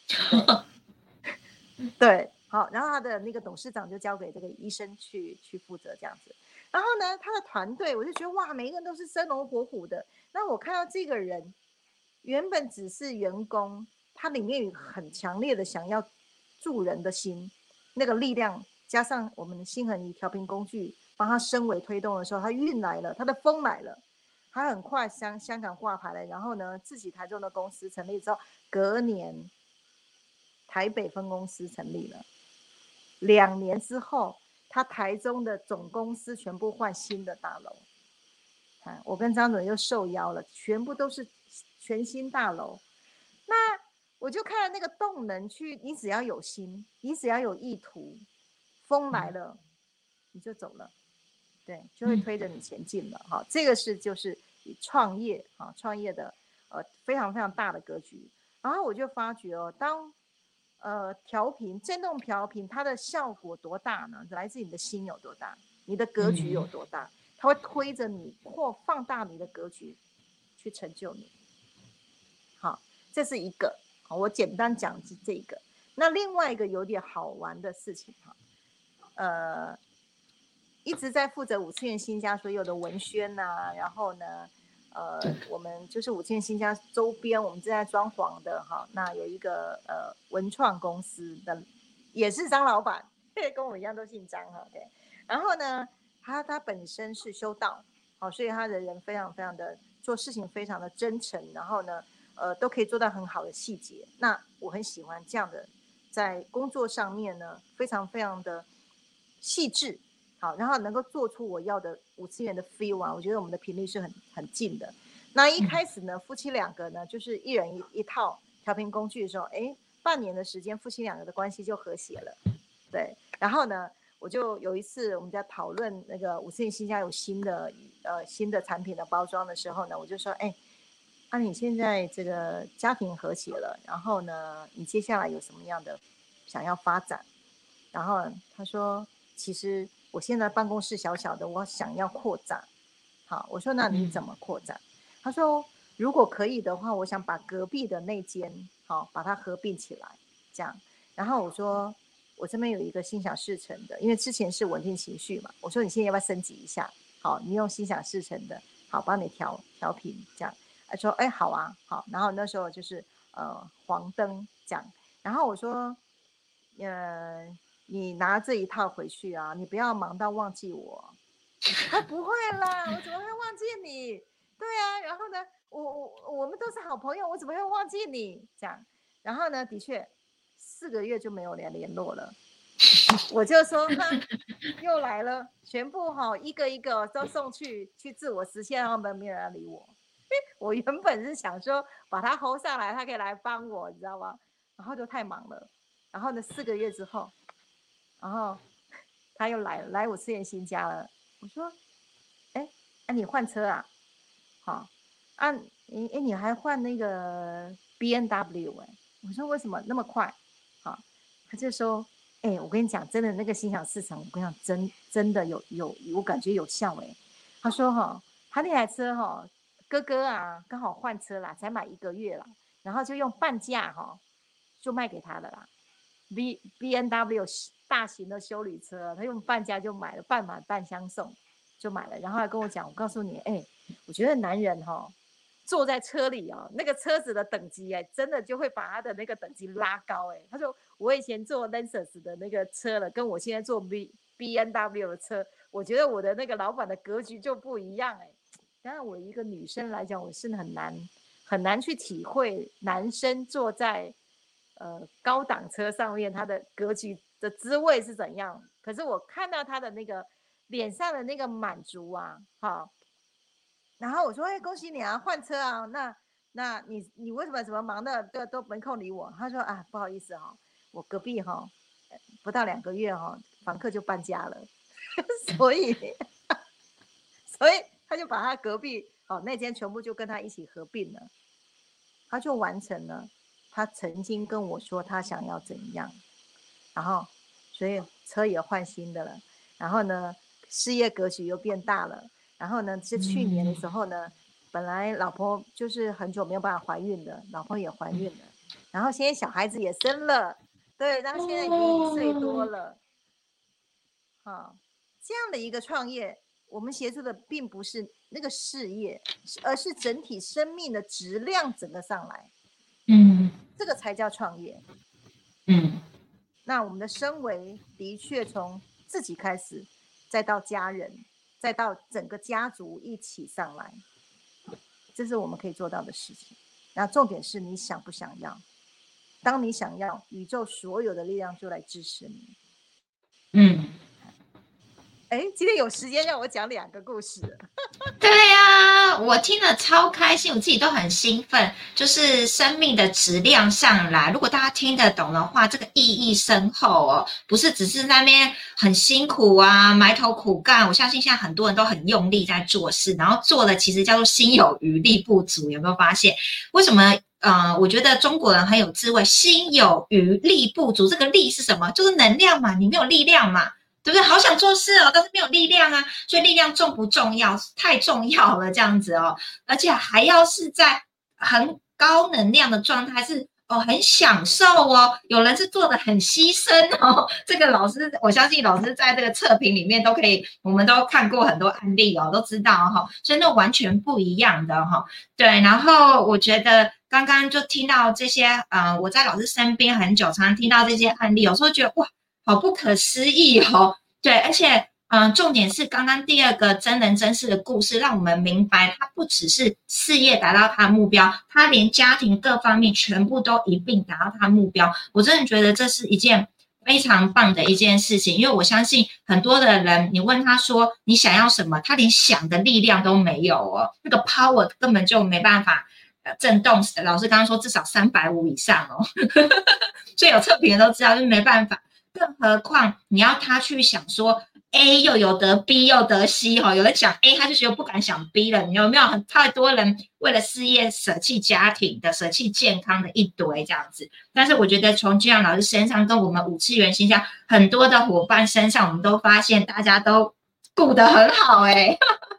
[SPEAKER 2] 对，对，好，然后他的那个董事长就交给这个医生去去负责这样子，然后呢，他的团队我就觉得哇，每一个人都是生龙活虎的，那我看到这个人原本只是员工。他里面有很强烈的想要助人的心，那个力量加上我们的心恒仪调频工具帮他升维推动的时候，他运来了，他的风来了，他很快香香港挂牌了，然后呢，自己台中的公司成立之后，隔年台北分公司成立了，两年之后，他台中的总公司全部换新的大楼，我跟张总又受邀了，全部都是全新大楼，那。我就看了那个动能去，你只要有心，你只要有意图，风来了，你就走了，对，就会推着你前进了哈。这个是就是创业啊，创业的呃非常非常大的格局。然后我就发觉哦，当呃调频振动调频，它的效果多大呢？来自你的心有多大，你的格局有多大，它会推着你或放大你的格局，去成就你。好，这是一个，好，我简单讲是这个。那另外一个有点好玩的事情哈，呃，一直在负责五次元新家所有的文宣呐、啊，然后呢，呃，我们就是五次元新家周边，我们正在装潢的哈，那有一个呃文创公司的，也是张老板，跟我一样都姓张哈，对。然后呢，他他本身是修道，好，所以他的人非常非常的做事情非常的真诚，然后呢，呃，都可以做到很好的细节。那我很喜欢这样的。在工作上面呢，非常非常的细致，好，然后能够做出我要的五次元的 feel 啊，我觉得我们的频率是很很近的。那一开始呢，夫妻两个呢，就是一人 一, 一套调频工具的时候，哎，半年的时间，夫妻两个的关系就和谐了，对。然后呢，我就有一次我们在讨论那个五次元新家有新的呃新的产品的包装的时候呢，我就说，哎。那、啊、你现在这个家庭和谐了，然后呢，你接下来有什么样的想要发展？然后他说，其实我现在办公室小小的，我想要扩展。好，我说那你怎么扩展？嗯、他说如果可以的话，我想把隔壁的那间好把它合并起来，这样。然后我说我这边有一个心想事成的，因为之前是稳定情绪嘛，我说你现在要不要升级一下？好，你用心想事成的，好帮你调调频这样。他说哎好啊好，然后那时候就是呃黄灯这样，然后我说呃你拿这一套回去啊，你不要忙到忘记我。他不会啦，我怎么会忘记你？对啊，然后呢我我我们都是好朋友，我怎么会忘记你？这样，然后呢的确四个月就没有联联络了。我就说哈，又来了，全部哈一个一个都送去去自我实现，他们没有人理我。我原本是想说把他 hold 上来，他可以来帮我，你知道吗？然后就太忙了。然后呢，四个月之后，然后他又来了，来我次元新家了。我说，哎，啊你换车啊？好，啊，你哎你还换那个 B M W 哎？我说为什么那么快？好，他就说，哎，我跟你讲，真的那个心想事成，我跟你讲，真真的有有，我感觉有效哎。他说哈，他那台车哈。哥哥啊，刚好换车啦，才买一个月啦，然后就用半价哈、哦，就卖给他了啦。B B M W 大型的休旅车，他用半价就买了，半买半相送就买了。然后还跟我讲，我告诉你，哎，我觉得男人哈、哦，坐在车里哦，那个车子的等级哎，真的就会把他的那个等级拉高哎。他说我以前坐 Lexus 的那个车了，跟我现在坐 B B M W 的车，我觉得我的那个老板的格局就不一样哎。当然，我一个女生来讲，我是很难很难去体会男生坐在呃高档车上面他的格局的滋味是怎样。可是我看到他的那个脸上的那个满足啊，好，然后我说：“哎，恭喜你啊，换车啊！那那你你为什么怎么忙的都都没空理我？”他说：“啊，不好意思哈、哦，我隔壁哈、哦、不到两个月哈、哦，房客就搬家了，所以所以。”他就把他隔壁哦那间全部就跟他一起合并了，他就完成了他曾经跟我说他想要怎样，然后所以车也换新的了，然后呢事业格局又变大了，然后呢是去年的时候呢，本来老婆就是很久没有办法怀孕的，老婆也怀孕了，然后现在小孩子也生了，对，然后现在已经一岁多了，好，这样的一个创业。我们协助的并不是那个事业，而是整体生命的质量整个上来，
[SPEAKER 1] 嗯，
[SPEAKER 2] 这个才叫创业。
[SPEAKER 1] 嗯，
[SPEAKER 2] 那我们的升维的确从自己开始，再到家人，再到整个家族一起上来，这是我们可以做到的事情。那重点是你想不想要？当你想要，宇宙所有的力量就来支持你。
[SPEAKER 1] 嗯。
[SPEAKER 2] 哎，今天有时间让我讲两个故事。
[SPEAKER 1] 对啊，我听了超开心，我自己都很兴奋。就是生命的质量上来，如果大家听得懂的话，这个意义深厚哦，不是只是那边很辛苦啊，埋头苦干。我相信现在很多人都很用力在做事，然后做的其实叫做心有余力不足。有没有发现？为什么？ 呃，我觉得中国人很有智慧，心有余力不足。这个力是什么？就是能量嘛，你没有力量嘛，对不对？好想做事哦，但是没有力量啊，所以力量重不重要？太重要了，这样子哦，而且还要是在很高能量的状态，是哦，很享受哦。有人是做的很牺牲哦，这个老师，我相信老师在这个测评里面都可以，我们都看过很多案例哦，都知道哈、哦，所以那完全不一样的哈、哦。对，然后我觉得刚刚就听到这些，呃，我在老师身边很久，常常听到这些案例，有时候觉得哇，好不可思议哦。对，而且。嗯，重点是刚刚第二个真人真事的故事，让我们明白，他不只是事业达到他的目标，他连家庭各方面全部都一并达到他的目标。我真的觉得这是一件非常棒的一件事情，因为我相信很多的人，你问他说你想要什么，他连想的力量都没有哦，那个 power 根本就没办法震动。老师刚刚说至少三百五以上哦，所以有测评的都知道，就是没办法。更何况你要他去想说。A 又有得 B 又得 C 哈，有人想 A 他就觉得不敢想 B 了，你有没有很太多人为了事业舍弃家庭的、舍弃健康的一堆这样子？但是我觉得从君阳老师身上跟我们五次元星象很多的伙伴身上，我们都发现大家都顾得很好哎、欸，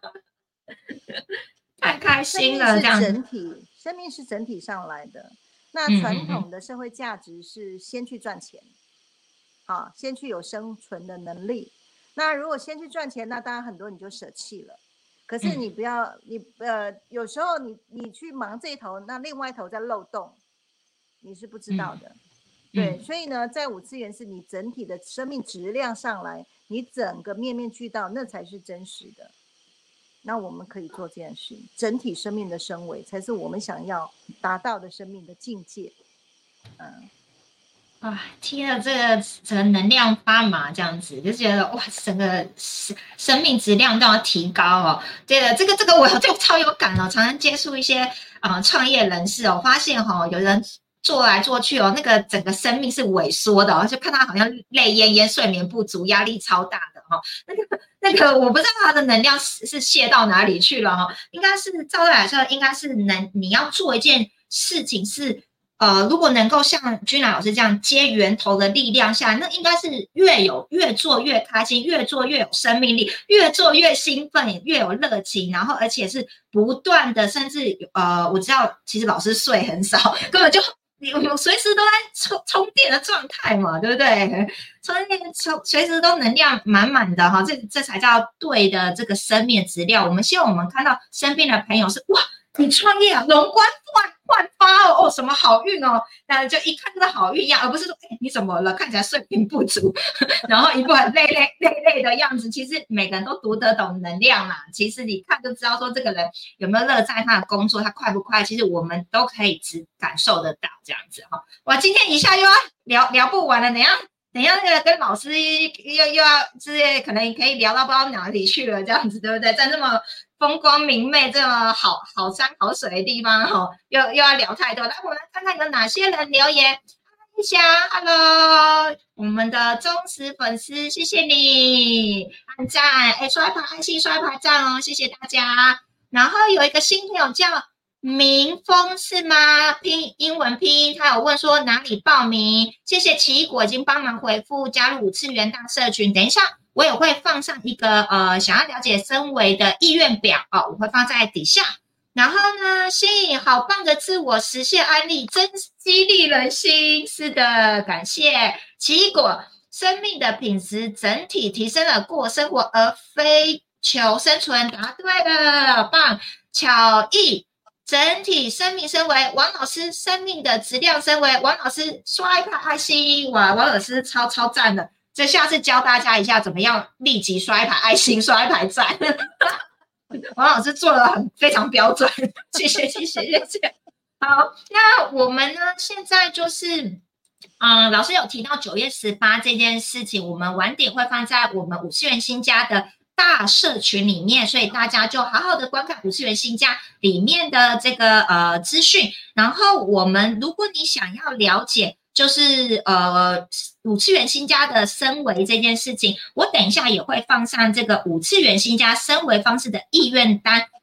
[SPEAKER 1] 太开心了这样子。
[SPEAKER 2] 整体生命是整体上来的，那传统的社会价值是先去赚钱，好，先去有生存的能力。那如果先去赚钱，那当然很多你就舍弃了。可是你不要，嗯、你呃，有时候你你去忙这一头，那另外一头在漏洞，你是不知道的。嗯、对，所以呢，在五次元是你整体的生命质量上来，你整个面面俱到，那才是真实的。那我们可以做这件事，整体生命的升维，才是我们想要达到的生命的境界。嗯。
[SPEAKER 1] 啊，听了这个整个能量发麻，这样子就觉得哇，整个生命质量都要提高哦。对的，这个这个我就超有感哦。常常接触一些啊、呃、创业人士哦，发现哈、哦，有人做来做去哦，那个整个生命是萎缩的哦，就看他好像泪奄奄、睡眠不足、压力超大的哈、哦。那个那个我不知道他的能量是是泄到哪里去了哈、哦。应该是照理来说，应该是能你要做一件事情是。呃，如果能够像君兰老师这样接源头的力量下，那应该是越有越做越开心，越做越有生命力，越做越兴奋，越有热情，然后而且是不断的，甚至呃，我知道其实老师睡很少，根本就你我随时都在充充电的状态嘛，对不对？充电充随时都能量满满的哈，这这才叫对的这个生命质量。我们希望我们看到身边的朋友是哇。你创业啊，容光焕焕发哦，哦，什么好运哦，那就一看就是好运样，而不是说，哎，你怎么了？看起来睡眠不足，然后一副很累累累累的样子。其实每个人都读得懂能量嘛，其实你看就知道说这个人有没有乐在他的工作，他快不快，其实我们都可以只感受得到这样子哈。哇，今天一下又要聊聊不完了，等一下等一下那个跟老师又又要就是可能可以聊到不知道哪里去了这样子，对不对？在这么风光明媚、这么好好山好水的地方，哦，又又要聊太多。来，我们来看看有哪些人留言。一下 ，Hello， 我们的忠实粉丝，谢谢你按赞，哎，刷牌爱心刷牌赞哦，谢谢大家。然后有一个新朋友叫明峰是吗？拼英文拼音，他有问说哪里报名？谢谢奇异果已经帮忙回复加入五次元大社群，等一下。我也会放上一个呃想要了解升维的意愿表哦，我会放在底下。然后呢，新颖好棒的自我实现案例，真激励人心。是的，感谢奇异果，生命的品质整体提升了，过生活而非求生存。答对了，棒！巧艺整体生命升维，王老师生命的质量升维，王老师刷一排爱心，哇，王老师超超赞的。这下次教大家一下怎么样立即刷一排爱心，刷一排赞。王老师做的很非常标准，谢谢谢谢谢谢。好，那我们呢现在就是，嗯，老师有提到九月十八这件事情，我们晚点会放在我们五次元新家的大社群里面，所以大家就好好的观看五次元新家里面的这个呃资讯。然后我们如果你想要了解。就是呃五次元新家的升维这件事情，我等一下也会放上这个五次元新家升维方式的意愿单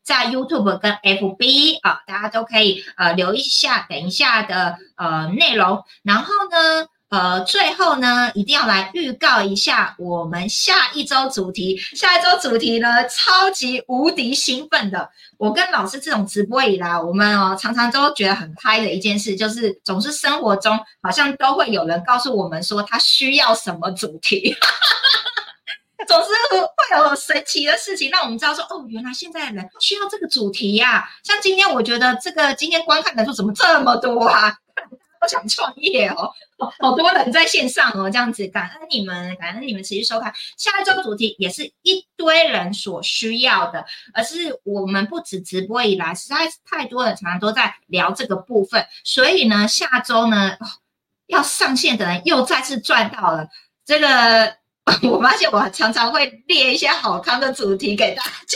[SPEAKER 1] 在 YouTube 跟 F B 啊，大家都可以呃留一下等一下的呃内容。然后呢，呃，最后呢，一定要来预告一下我们下一周主题。下一周主题呢，超级无敌兴奋的。我跟老师这种直播以来，我们哦常常都觉得很嗨的一件事，就是总是生活中好像都会有人告诉我们说他需要什么主题。总是会有神奇的事情让我们知道说，哦，原来现在的人需要这个主题呀、啊。像今天，我觉得这个今天观看人数怎么这么多啊？都想创业哦，好多人在线上哦，这样子，感恩你们，感恩你们持续收看。下一周主题也是一堆人所需要的，而是我们不止直播以来，实在是太多人常常都在聊这个部分，所以呢，下周呢、哦、要上线的人又再次赚到了这个。我发现我常常会列一些好康的主题给大家。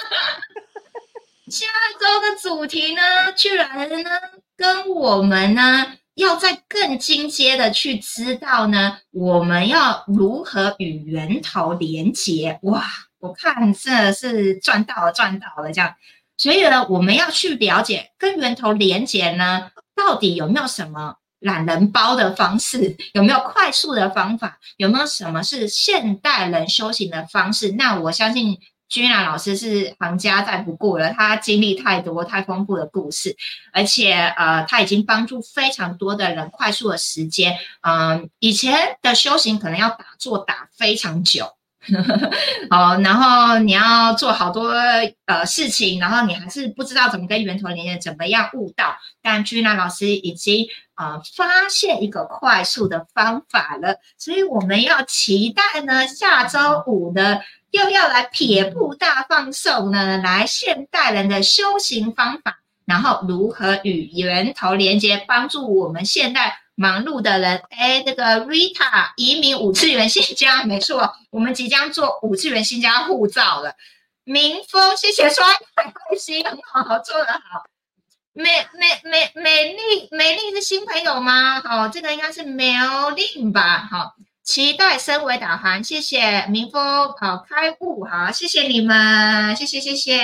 [SPEAKER 1] 下周的主题呢，居然呢跟我们呢要再更进阶的去知道呢，我们要如何与源头连结。哇，我看真的是赚到了，赚到了这样。所以呢，我们要去了解跟源头连结呢，到底有没有什么懒人包的方式，有没有快速的方法，有没有什么是现代人修行的方式？那我相信君兰老师是行家再不过了，他经历太多太丰富的故事，而且呃他已经帮助非常多的人快速的时间。嗯、呃，以前的修行可能要打坐打非常久。好，然后你要做好多呃事情，然后你还是不知道怎么跟源头连接，怎么样悟道。但居娜老师已经呃发现一个快速的方法了，所以我们要期待呢，下周五呢又要来撇步大放送呢，来现代人的修行方法，然后如何与源头连接，帮助我们现代忙碌的人。哎，这个 Rita 移民五次元新家，没错，我们即将做五次元新家护照了。明峰，谢谢刷太开心，很好，做得好。美美美美丽美丽是新朋友吗？好，这个应该是 Melin 吧？好，期待升维导航，谢谢明峰，好开悟，好，谢谢你们，谢谢谢谢。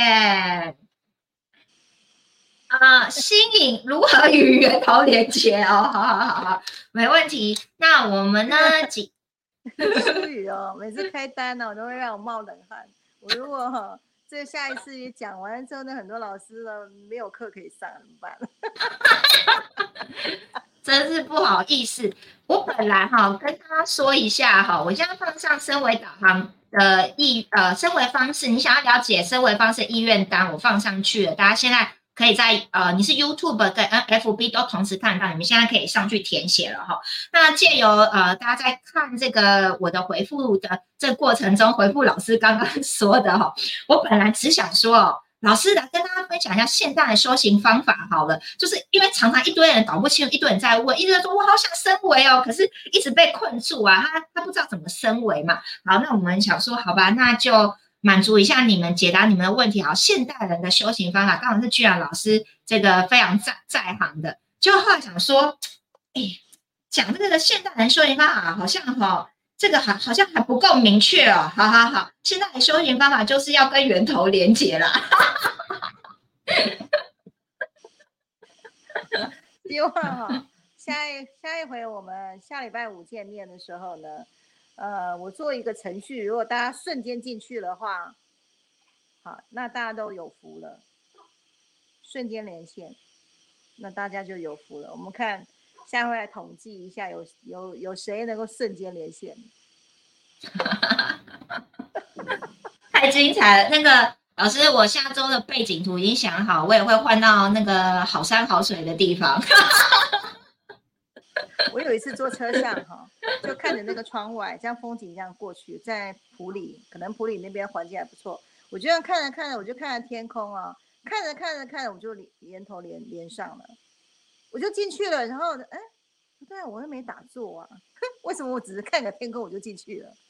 [SPEAKER 1] 啊、呃，新颖如何与源头连接哦？好好好好，没问题。那我们呢？几
[SPEAKER 2] 苏语哦，每次开单呢、哦，都会让我冒冷汗。我如果哈、哦，这下一次也讲完了之后呢，很多老师呢没有课可以上，怎么办？
[SPEAKER 1] 真是不好意思。我本来哈跟大家说一下哈，我现在放上升维导航的意呃升维方式，你想要了解升维方式意愿单，我放上去了，大家现在。可以在呃，你是 YouTube 跟 F B 都同时看到，你们现在可以上去填写了哈。那借由呃，大家在看这个我的回复的这个过程中，回复老师刚刚说的哈，我本来只想说哦，老师来跟大家分享一下现代的修行方法好了，就是因为常常一堆人搞不清楚，一堆人在问，一堆人说我好想升维哦，可是一直被困住啊，他他不知道怎么升维嘛。好，那我们想说，好吧，那就。满足一下你们，解答你们的问题。好，现代人的修行方法，刚好是居然老师这个非常在在行的。就后来想说，哎，讲这个现代人修行方法，好像哈、哦，这个好好像还不够明确哦。好好好，现代的修行方法就是要跟源头连结啦。
[SPEAKER 2] 希望哈，下一下一回我们下礼拜五见面的时候呢。呃，我做一个程序，如果大家瞬间进去的话，好，那大家都有福了。瞬间连线，那大家就有福了。我们看下回来统计一下有，有有有谁能够瞬间连线？
[SPEAKER 1] 太精彩了！那个老师，我下周的背景图已经想好，我也会换到那个好山好水的地方。
[SPEAKER 2] 我有一次坐车上哈，就看着那个窗外，这样风景这样过去，在埔里，可能埔里那边环境还不错。我就这样看着看着，我就看着天空啊，看着看着看着，我就连头连连上了，我就进去了。然后哎，不对，我又没打坐啊，为什么我只是看个天空我就进去了？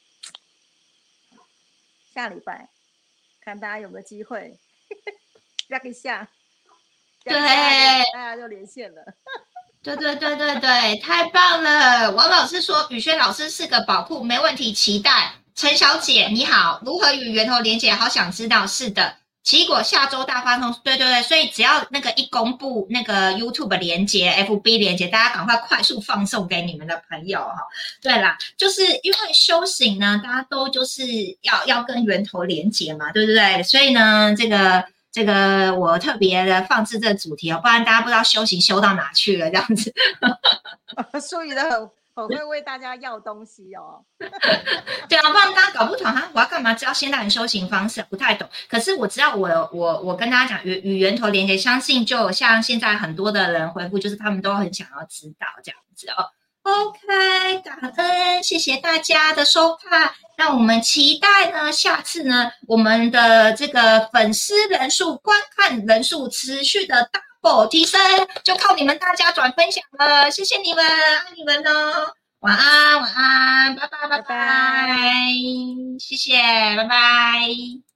[SPEAKER 2] 下礼拜看大家有没有机会，压一下，
[SPEAKER 1] 对，
[SPEAKER 2] 大家就连线了。
[SPEAKER 1] 对对对对对，太棒了！王老师说宇轩老师是个宝库，没问题，期待。陈小姐你好，如何与源头连结？好想知道。是的， 奇异果下周大发送，对对对，所以只要那个一公布那个 YouTube 连接、F B 连接，大家赶快快速放送给你们的朋友哈。对啦，就是因为修行呢，大家都就是要要跟源头连接嘛，对不对？所以呢，这个这个我特别的放置这个主题哦，不然大家不知道修行修到哪去了这样子。
[SPEAKER 2] 淑仪的很很会为大家要东西哦。
[SPEAKER 1] 对啊，不然大家搞不懂哈，我要干嘛？知道现代人修行方式不太懂，可是我知道我我我跟大家讲与与源头连接，相信就像现在很多的人回复，就是他们都很想要知道这样子哦。OK， 感恩，谢谢大家的收看。那我们期待呢，下次呢，我们的这个粉丝人数、观看人数持续的 double 提升，就靠你们大家转分享了。谢谢你们，爱你们哦。晚安，晚安，拜拜，拜拜，谢谢，拜拜。